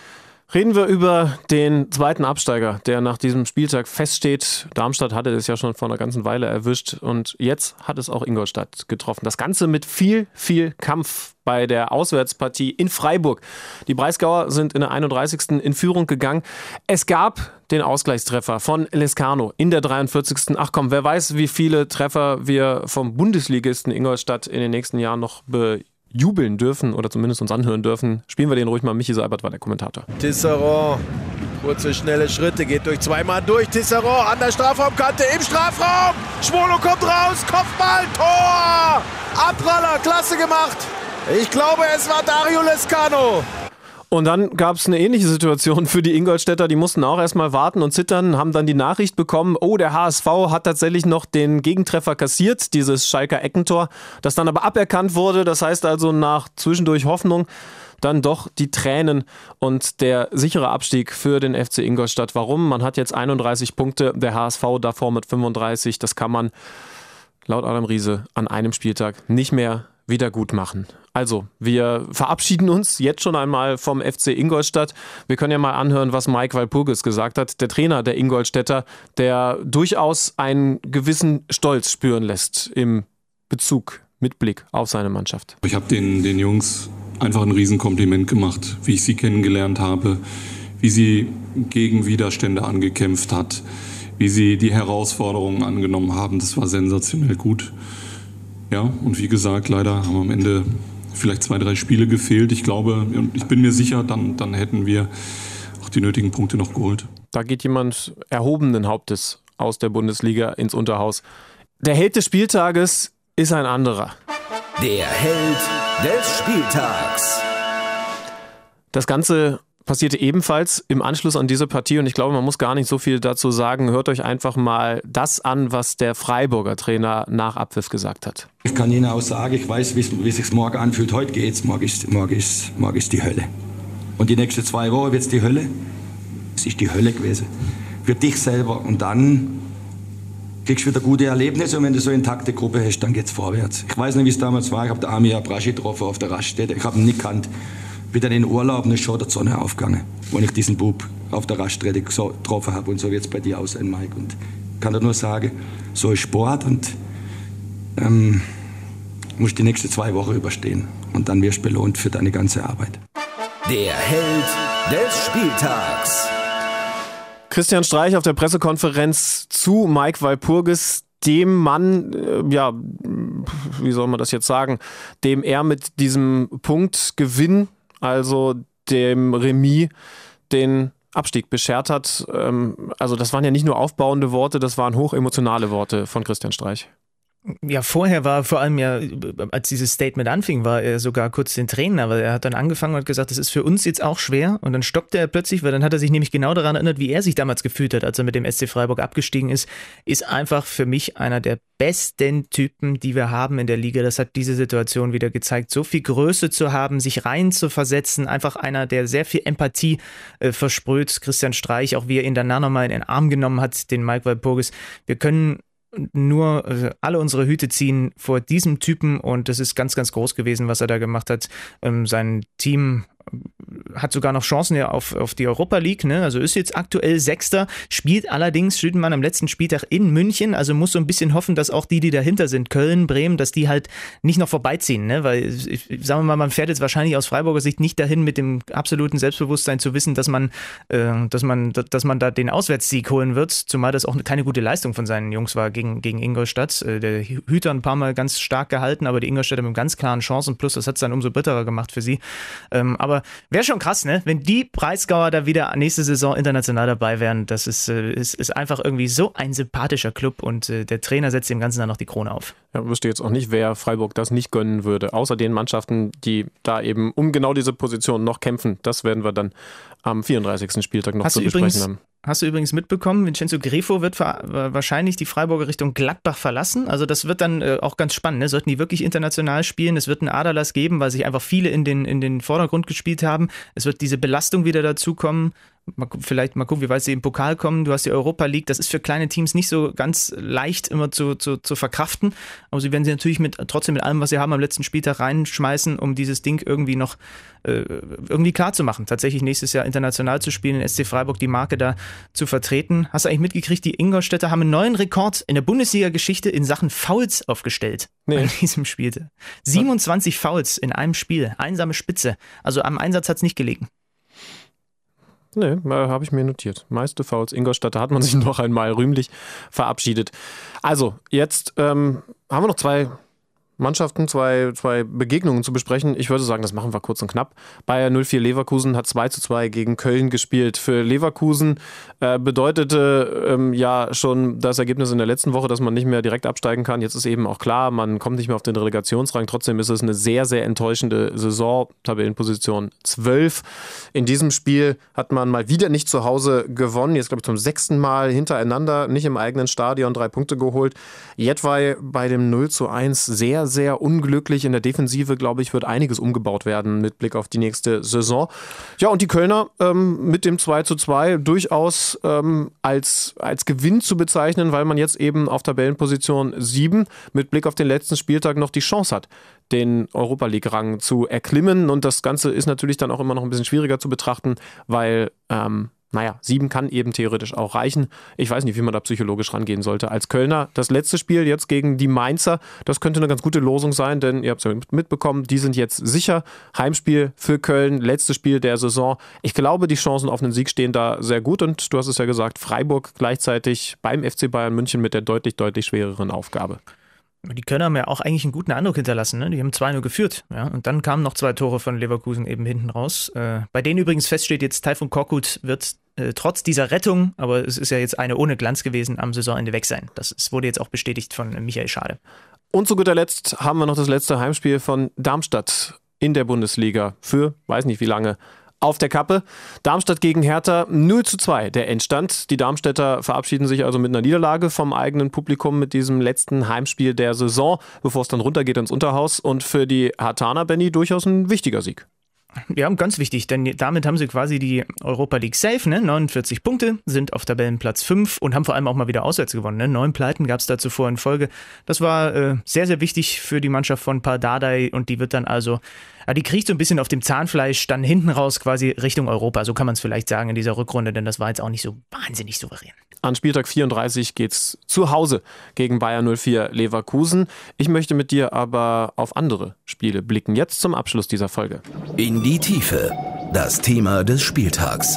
Reden wir über den zweiten Absteiger, der nach diesem Spieltag feststeht. Darmstadt hatte es ja schon vor einer ganzen Weile erwischt und jetzt hat es auch Ingolstadt getroffen. Das Ganze mit viel, viel Kampf bei der Auswärtspartie in Freiburg. Die Breisgauer sind in der 31. in Führung gegangen. Es gab den Ausgleichstreffer von Lescano in der 43. Ach komm, wer weiß, wie viele Treffer wir vom Bundesligisten Ingolstadt in den nächsten Jahren noch jubeln dürfen oder zumindest uns anhören dürfen. Spielen wir den ruhig mal. Michi Seibert war der Kommentator. Tisserand, kurze, schnelle Schritte, geht durch zweimal durch. Tisserand an der Strafraumkante, im Strafraum. Schwolo kommt raus, Kopfball, Tor! Abpraller, klasse gemacht. Ich glaube, es war Dario Lescano. Und dann gab es eine ähnliche Situation für die Ingolstädter. Die mussten auch erstmal warten und zittern, haben dann die Nachricht bekommen, oh, der HSV hat tatsächlich noch den Gegentreffer kassiert, dieses Schalker Eckentor, das dann aber aberkannt wurde. Das heißt also nach zwischendurch Hoffnung dann doch die Tränen und der sichere Abstieg für den FC Ingolstadt. Warum? Man hat jetzt 31 Punkte, der HSV davor mit 35. Das kann man laut Adam Riese an einem Spieltag nicht mehr wieder gut machen. Also, wir verabschieden uns jetzt schon einmal vom FC Ingolstadt. Wir können ja mal anhören, was Mike Walpurgis gesagt hat, der Trainer der Ingolstädter, der durchaus einen gewissen Stolz spüren lässt im mit Blick auf seine Mannschaft. Ich habe den Jungs einfach ein Riesenkompliment gemacht, wie ich sie kennengelernt habe, wie sie gegen Widerstände angekämpft hat, wie sie die Herausforderungen angenommen haben. Das war sensationell gut. Ja, und wie gesagt, leider haben am Ende vielleicht 2, 3 Spiele gefehlt. Ich glaube und ich bin mir sicher, dann hätten wir auch die nötigen Punkte noch geholt. Da geht jemand erhobenen Hauptes aus der Bundesliga ins Unterhaus. Der Held des Spieltages ist ein anderer. Der Held des Spieltags. Das Ganze passierte ebenfalls im Anschluss an diese Partie und ich glaube, man muss gar nicht so viel dazu sagen. Hört euch einfach mal das an, was der Freiburger Trainer nach Abpfiff gesagt hat. Ich kann Ihnen auch sagen, ich weiß, wie es sich morgen anfühlt. Heute geht's, morgen ist die Hölle. Und die nächsten 2 Wochen wird es die Hölle. Es ist die Hölle gewesen. Für dich selber. Und dann kriegst du wieder gute Erlebnisse und wenn du so eine intakte Gruppe hast, dann geht's vorwärts. Ich weiß nicht, wie es damals war. Ich habe den Amir Abrashi getroffen auf der Raststätte. Ich habe ihn nicht gekannt. Bin dann in Urlaub und ist schon der Sonne aufgegangen, als ich diesen Bub auf der Raststätte getroffen habe. Und so wird es bei dir auch sein, Mike. Und ich kann dir nur sagen, so ist Sport und musst die nächsten 2 Wochen überstehen. Und dann wirst du belohnt für deine ganze Arbeit. Der Held des Spieltags. Christian Streich auf der Pressekonferenz zu Mike Walpurgis, dem Mann, wie soll man das jetzt sagen, dem er mit diesem Punktgewinn, also dem Remis, den Abstieg beschert hat. Also das waren ja nicht nur aufbauende Worte, das waren hochemotionale Worte von Christian Streich. Ja, vorher war vor allem ja, als dieses Statement anfing, war er sogar kurz den Tränen, aber er hat dann angefangen und hat gesagt, das ist für uns jetzt auch schwer und dann stoppte er plötzlich, weil dann hat er sich nämlich genau daran erinnert, wie er sich damals gefühlt hat, als er mit dem SC Freiburg abgestiegen ist einfach für mich einer der besten Typen, die wir haben in der Liga. Das hat diese Situation wieder gezeigt, so viel Größe zu haben, sich rein zu versetzen, einfach einer, der sehr viel Empathie versprüht. Christian Streich, auch wie er ihn danach nochmal in den Arm genommen hat, den Mike Walpurgis. Wir können nur alle unsere Hüte ziehen vor diesem Typen und das ist ganz, ganz groß gewesen, was er da gemacht hat. Sein Team hat sogar noch Chancen ja auf die Europa League, ne? Also ist jetzt aktuell 6. Spielt allerdings Schüttenmann am letzten Spieltag in München, also muss so ein bisschen hoffen, dass auch die dahinter sind, Köln, Bremen, dass die halt nicht noch vorbeiziehen, ne? Weil, sagen wir mal, man fährt jetzt wahrscheinlich aus Freiburger Sicht nicht dahin mit dem absoluten Selbstbewusstsein zu wissen, dass man da den Auswärtssieg holen wird, zumal das auch keine gute Leistung von seinen Jungs war gegen Ingolstadt. Der Hüter ein paar Mal ganz stark gehalten, aber die Ingolstädter mit ganz klaren Chancen, plus das hat es dann umso bitterer gemacht für sie. Aber wäre schon krass, ne? Wenn die Breisgauer da wieder nächste Saison international dabei wären, das ist einfach irgendwie so ein sympathischer Club und der Trainer setzt dem Ganzen dann noch die Krone auf. Ja, wüsste jetzt auch nicht, wer Freiburg das nicht gönnen würde, außer den Mannschaften, die da eben um genau diese Position noch kämpfen. Das werden wir dann am 34. Spieltag noch zu besprechen haben. Hast du übrigens mitbekommen, Vincenzo Grifo wird wahrscheinlich die Freiburger Richtung Gladbach verlassen. Also das wird dann auch ganz spannend. Ne? Sollten die wirklich international spielen? Es wird einen Aderlass geben, weil sich einfach viele in den Vordergrund gespielt haben. Es wird diese Belastung wieder dazukommen. Vielleicht mal gucken, wie weit sie im Pokal kommen. Du hast die Europa League, das ist für kleine Teams nicht so ganz leicht immer zu verkraften, aber sie werden sie natürlich trotzdem mit allem, was sie haben, am letzten Spieltag reinschmeißen, um dieses Ding irgendwie noch irgendwie klar zu machen, tatsächlich nächstes Jahr international zu spielen, in SC Freiburg die Marke da zu vertreten. Hast du eigentlich mitgekriegt, die Ingolstädter haben einen neuen Rekord in der Bundesliga-Geschichte in Sachen Fouls aufgestellt an diesem Spiel. 27 Fouls in einem Spiel, einsame Spitze. Also am Einsatz hat es nicht gelegen. Nee, habe ich mir notiert. Meiste Fouls. Ingolstadt, da hat man sich noch einmal rühmlich verabschiedet. Also, jetzt haben wir noch zwei Mannschaften, zwei Begegnungen zu besprechen. Ich würde sagen, das machen wir kurz und knapp. Bayer 04 Leverkusen hat 2:2 gegen Köln gespielt. Für Leverkusen bedeutete ja schon das Ergebnis in der letzten Woche, dass man nicht mehr direkt absteigen kann. Jetzt ist eben auch klar, man kommt nicht mehr auf den Relegationsrang. Trotzdem ist es eine sehr, sehr enttäuschende Saison. Tabellenposition 12. In diesem Spiel hat man mal wieder nicht zu Hause gewonnen. Jetzt, glaube ich, zum 6. Mal hintereinander, nicht im eigenen Stadion, 3 Punkte geholt. Jedwai bei dem 0:1 sehr, sehr unglücklich. In der Defensive, glaube ich, wird einiges umgebaut werden mit Blick auf die nächste Saison. Ja, und die Kölner mit dem 2:2 durchaus als Gewinn zu bezeichnen, weil man jetzt eben auf Tabellenposition 7 mit Blick auf den letzten Spieltag noch die Chance hat, den Europa-League-Rang zu erklimmen. Und das Ganze ist natürlich dann auch immer noch ein bisschen schwieriger zu betrachten, weil 7 kann eben theoretisch auch reichen. Ich weiß nicht, wie man da psychologisch rangehen sollte. Als Kölner, das letzte Spiel jetzt gegen die Mainzer, das könnte eine ganz gute Losung sein, denn ihr habt es ja mitbekommen, die sind jetzt sicher. Heimspiel für Köln, letztes Spiel der Saison. Ich glaube, die Chancen auf einen Sieg stehen da sehr gut und du hast es ja gesagt, Freiburg gleichzeitig beim FC Bayern München mit der deutlich, deutlich schwereren Aufgabe. Die Kölner haben ja auch eigentlich einen guten Eindruck hinterlassen. Ne? Die haben 2-0 geführt. Ja? Und dann kamen noch 2 Tore von Leverkusen eben hinten raus. Bei denen übrigens feststeht jetzt, Taifun Korkut wird trotz dieser Rettung, aber es ist ja jetzt eine ohne Glanz gewesen, am Saisonende weg sein. Das wurde jetzt auch bestätigt von Michael Schade. Und zu guter Letzt haben wir noch das letzte Heimspiel von Darmstadt in der Bundesliga für, weiß nicht wie lange, auf der Kappe. Darmstadt gegen Hertha 0:2 der Endstand. Die Darmstädter verabschieden sich also mit einer Niederlage vom eigenen Publikum mit diesem letzten Heimspiel der Saison, bevor es dann runtergeht ins Unterhaus. Und für die Herthaner, Benny, durchaus ein wichtiger Sieg. Ja, ganz wichtig, denn damit haben sie quasi die Europa League safe, ne? 49 Punkte, sind auf Tabellenplatz 5 und haben vor allem auch mal wieder auswärts gewonnen. Ne? 9 Pleiten gab es da zuvor in Folge. Das war sehr, sehr wichtig für die Mannschaft von Pardadei und die wird dann also, die kriegt so ein bisschen auf dem Zahnfleisch dann hinten raus quasi Richtung Europa. So kann man es vielleicht sagen in dieser Rückrunde, denn das war jetzt auch nicht so wahnsinnig souverän. An Spieltag 34 geht's zu Hause gegen Bayer 04 Leverkusen. Ich möchte mit dir aber auf andere Spiele blicken. Jetzt zum Abschluss dieser Folge. In die Tiefe. Das Thema des Spieltags.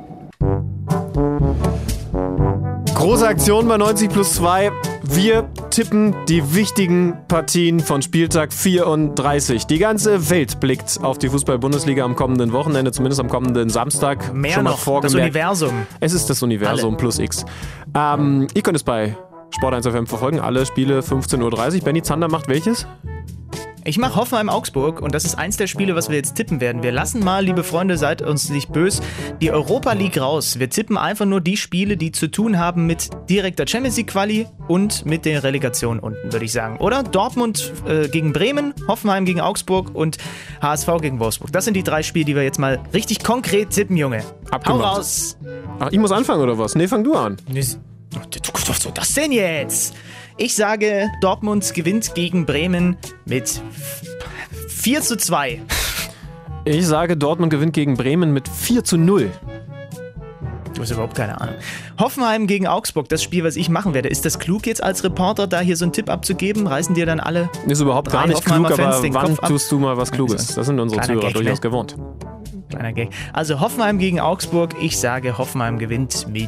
Große Aktion bei 90+2. Wir tippen die wichtigen Partien von Spieltag 34. Die ganze Welt blickt auf die Fußball-Bundesliga am kommenden Wochenende, zumindest am kommenden Samstag. Mehr schon noch, das Universum. Es ist das Universum alle. Plus X. Ihr könnt es bei Sport 1 FM verfolgen. Alle Spiele 15:30 Uhr. Benny Zander macht welches? Ich mache Hoffenheim-Augsburg und das ist eins der Spiele, was wir jetzt tippen werden. Wir lassen mal, liebe Freunde, seid uns nicht böse, die Europa League raus. Wir tippen einfach nur die Spiele, die zu tun haben mit direkter Champions League Quali und mit der Relegation unten, würde ich sagen. Oder Dortmund gegen Bremen, Hoffenheim gegen Augsburg und HSV gegen Wolfsburg. Das sind die 3 Spiele, die wir jetzt mal richtig konkret tippen, Junge. Abgemacht. Hau raus! Ach, ich muss anfangen oder was? Nee, fang du an. Was soll das denn jetzt? Ich sage, Dortmund gewinnt gegen Bremen mit 4:2. Ich sage, Dortmund gewinnt gegen Bremen mit 4:0. Du hast überhaupt keine Ahnung. Hoffenheim gegen Augsburg, das Spiel, was ich machen werde. Ist das klug jetzt als Reporter, da hier so einen Tipp abzugeben? Reißen dir dann alle? Ist überhaupt gar nicht klug, aber wann tust du mal was Kluges? Das sind unsere Zuhörer durchaus gewohnt. Kleiner Gag. Also Hoffenheim gegen Augsburg. Ich sage, Hoffenheim gewinnt mit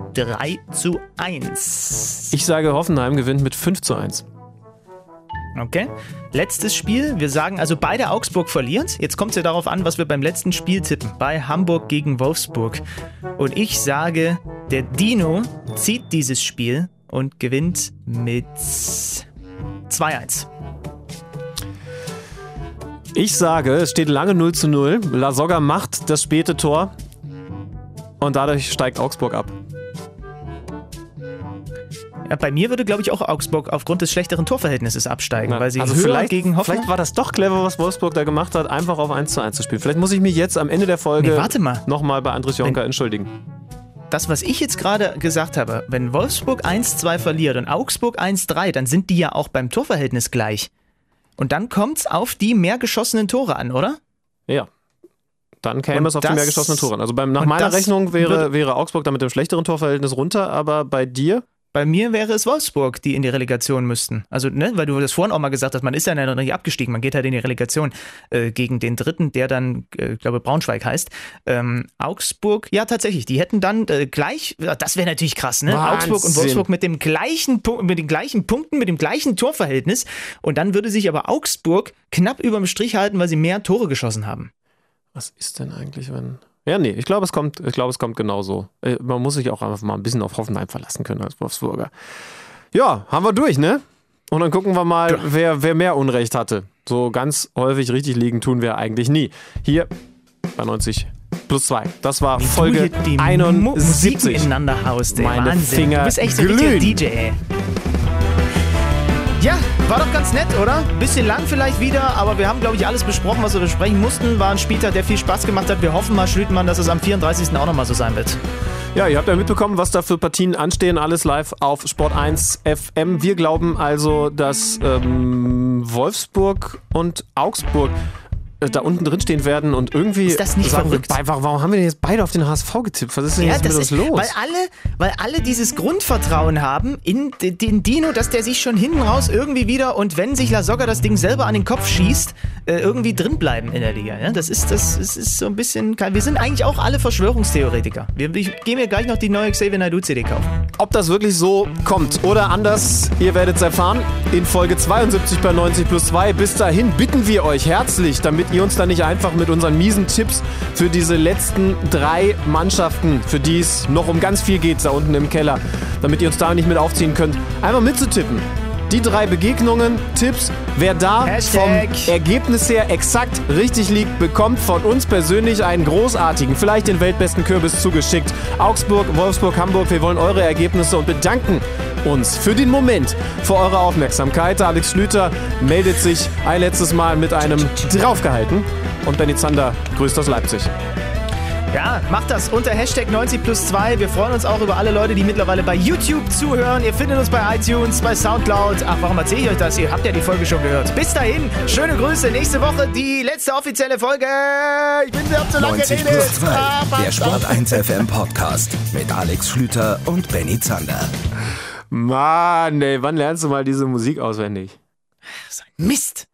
3:1. Ich sage, Hoffenheim gewinnt mit 5:1. Okay. Letztes Spiel. Wir sagen also, beide Augsburg verliert. Jetzt kommt es ja darauf an, was wir beim letzten Spiel tippen. Bei Hamburg gegen Wolfsburg. Und ich sage, der Dino zieht dieses Spiel und gewinnt mit 2:1. Ich sage, es steht lange 0:0. Lasogga macht das späte Tor und dadurch steigt Augsburg ab. Ja, bei mir würde, glaube ich, auch Augsburg aufgrund des schlechteren Torverhältnisses absteigen, weil sie also höher gegen Hoffenheim... Vielleicht war das doch clever, was Wolfsburg da gemacht hat, einfach auf 1:1 zu spielen. Vielleicht muss ich mich jetzt am Ende der Folge nochmal bei Andres Jonker entschuldigen. Das, was ich jetzt gerade gesagt habe, wenn Wolfsburg 1-2 verliert und Augsburg 1-3, dann sind die ja auch beim Torverhältnis gleich. Und dann kommt es auf die mehr geschossenen Tore an, oder? Ja. Dann käme es auf die mehr geschossenen Tore an. Also nach meiner Rechnung wäre Augsburg da mit dem schlechteren Torverhältnis runter, aber bei dir? Bei mir wäre es Wolfsburg, die in die Relegation müssten. Also, ne, weil du das vorhin auch mal gesagt hast, man ist ja noch nicht abgestiegen, man geht halt in die Relegation gegen den Dritten, der dann, glaube Braunschweig heißt. Augsburg, ja tatsächlich, die hätten dann gleich, das wäre natürlich krass, ne? Wahnsinn. Augsburg und Wolfsburg mit den gleichen Punkten, mit dem gleichen Torverhältnis. Und dann würde sich aber Augsburg knapp über dem Strich halten, weil sie mehr Tore geschossen haben. Was ist denn eigentlich, wenn... Ja, nee, ich glaube, es kommt genauso. Man muss sich auch einfach mal ein bisschen auf Hoffenheim verlassen können als Wolfsburger. Ja, haben wir durch, ne? Und dann gucken wir mal, wer mehr Unrecht hatte. So ganz häufig richtig liegen tun wir eigentlich nie. Hier bei 90+2. Das war Folge 71. Musik ineinander haust, ey. Meine Wahnsinn. Finger Du bist echt ein richtiger DJ, ey. Ja, war doch ganz nett, oder? Bisschen lang vielleicht wieder, aber wir haben, glaube ich, alles besprochen, was wir besprechen mussten. War ein Spieltag, der viel Spaß gemacht hat. Wir hoffen mal, Schlütenmann, dass es am 34. auch nochmal so sein wird. Ja, ihr habt ja mitbekommen, was da für Partien anstehen. Alles live auf Sport 1 FM. Wir glauben also, dass Wolfsburg und Augsburg da unten drin stehen werden und irgendwie ist das nicht verrückt? Warum haben wir denn jetzt beide auf den HSV getippt? Was ist denn jetzt mit uns los? Weil alle dieses Grundvertrauen haben in den Dino, dass der sich schon hinten raus irgendwie wieder und wenn sich Lasogga das Ding selber an den Kopf schießt, irgendwie drin bleiben in der Liga. Ja? Das ist so ein bisschen... Wir sind eigentlich auch alle Verschwörungstheoretiker. Ich gehe mir gleich noch die neue Xavier Naidoo CD kaufen. Ob das wirklich so kommt oder anders, ihr werdet es erfahren in Folge 72 bei 90+2. Bis dahin bitten wir euch herzlich, damit ihr uns dann nicht einfach mit unseren miesen Tipps für diese letzten 3 Mannschaften, für die es noch um ganz viel geht, da unten im Keller, damit ihr uns da nicht mit aufziehen könnt, einfach mitzutippen. Die 3 Begegnungen, Tipps, wer da vom Ergebnis her exakt richtig liegt, bekommt von uns persönlich einen großartigen, vielleicht den weltbesten Kürbis zugeschickt. Augsburg, Wolfsburg, Hamburg, wir wollen eure Ergebnisse und bedanken uns für den Moment für eure Aufmerksamkeit. Alex Schlüter meldet sich ein letztes Mal mit einem Draufgehalten und Benny Zander grüßt aus Leipzig. Ja, macht das unter #90+2. Wir freuen uns auch über alle Leute, die mittlerweile bei YouTube zuhören. Ihr findet uns bei iTunes, bei Soundcloud. Ach, warum erzähle ich euch das? Ihr habt ja die Folge schon gehört. Bis dahin, schöne Grüße. Nächste Woche die letzte offizielle Folge. Ich bin sehr zu lange geredet. 90+2, der Sport 1 FM Podcast mit Alex Schlüter und Benny Zander. Mann, ey, wann lernst du mal diese Musik auswendig? So ein Mist.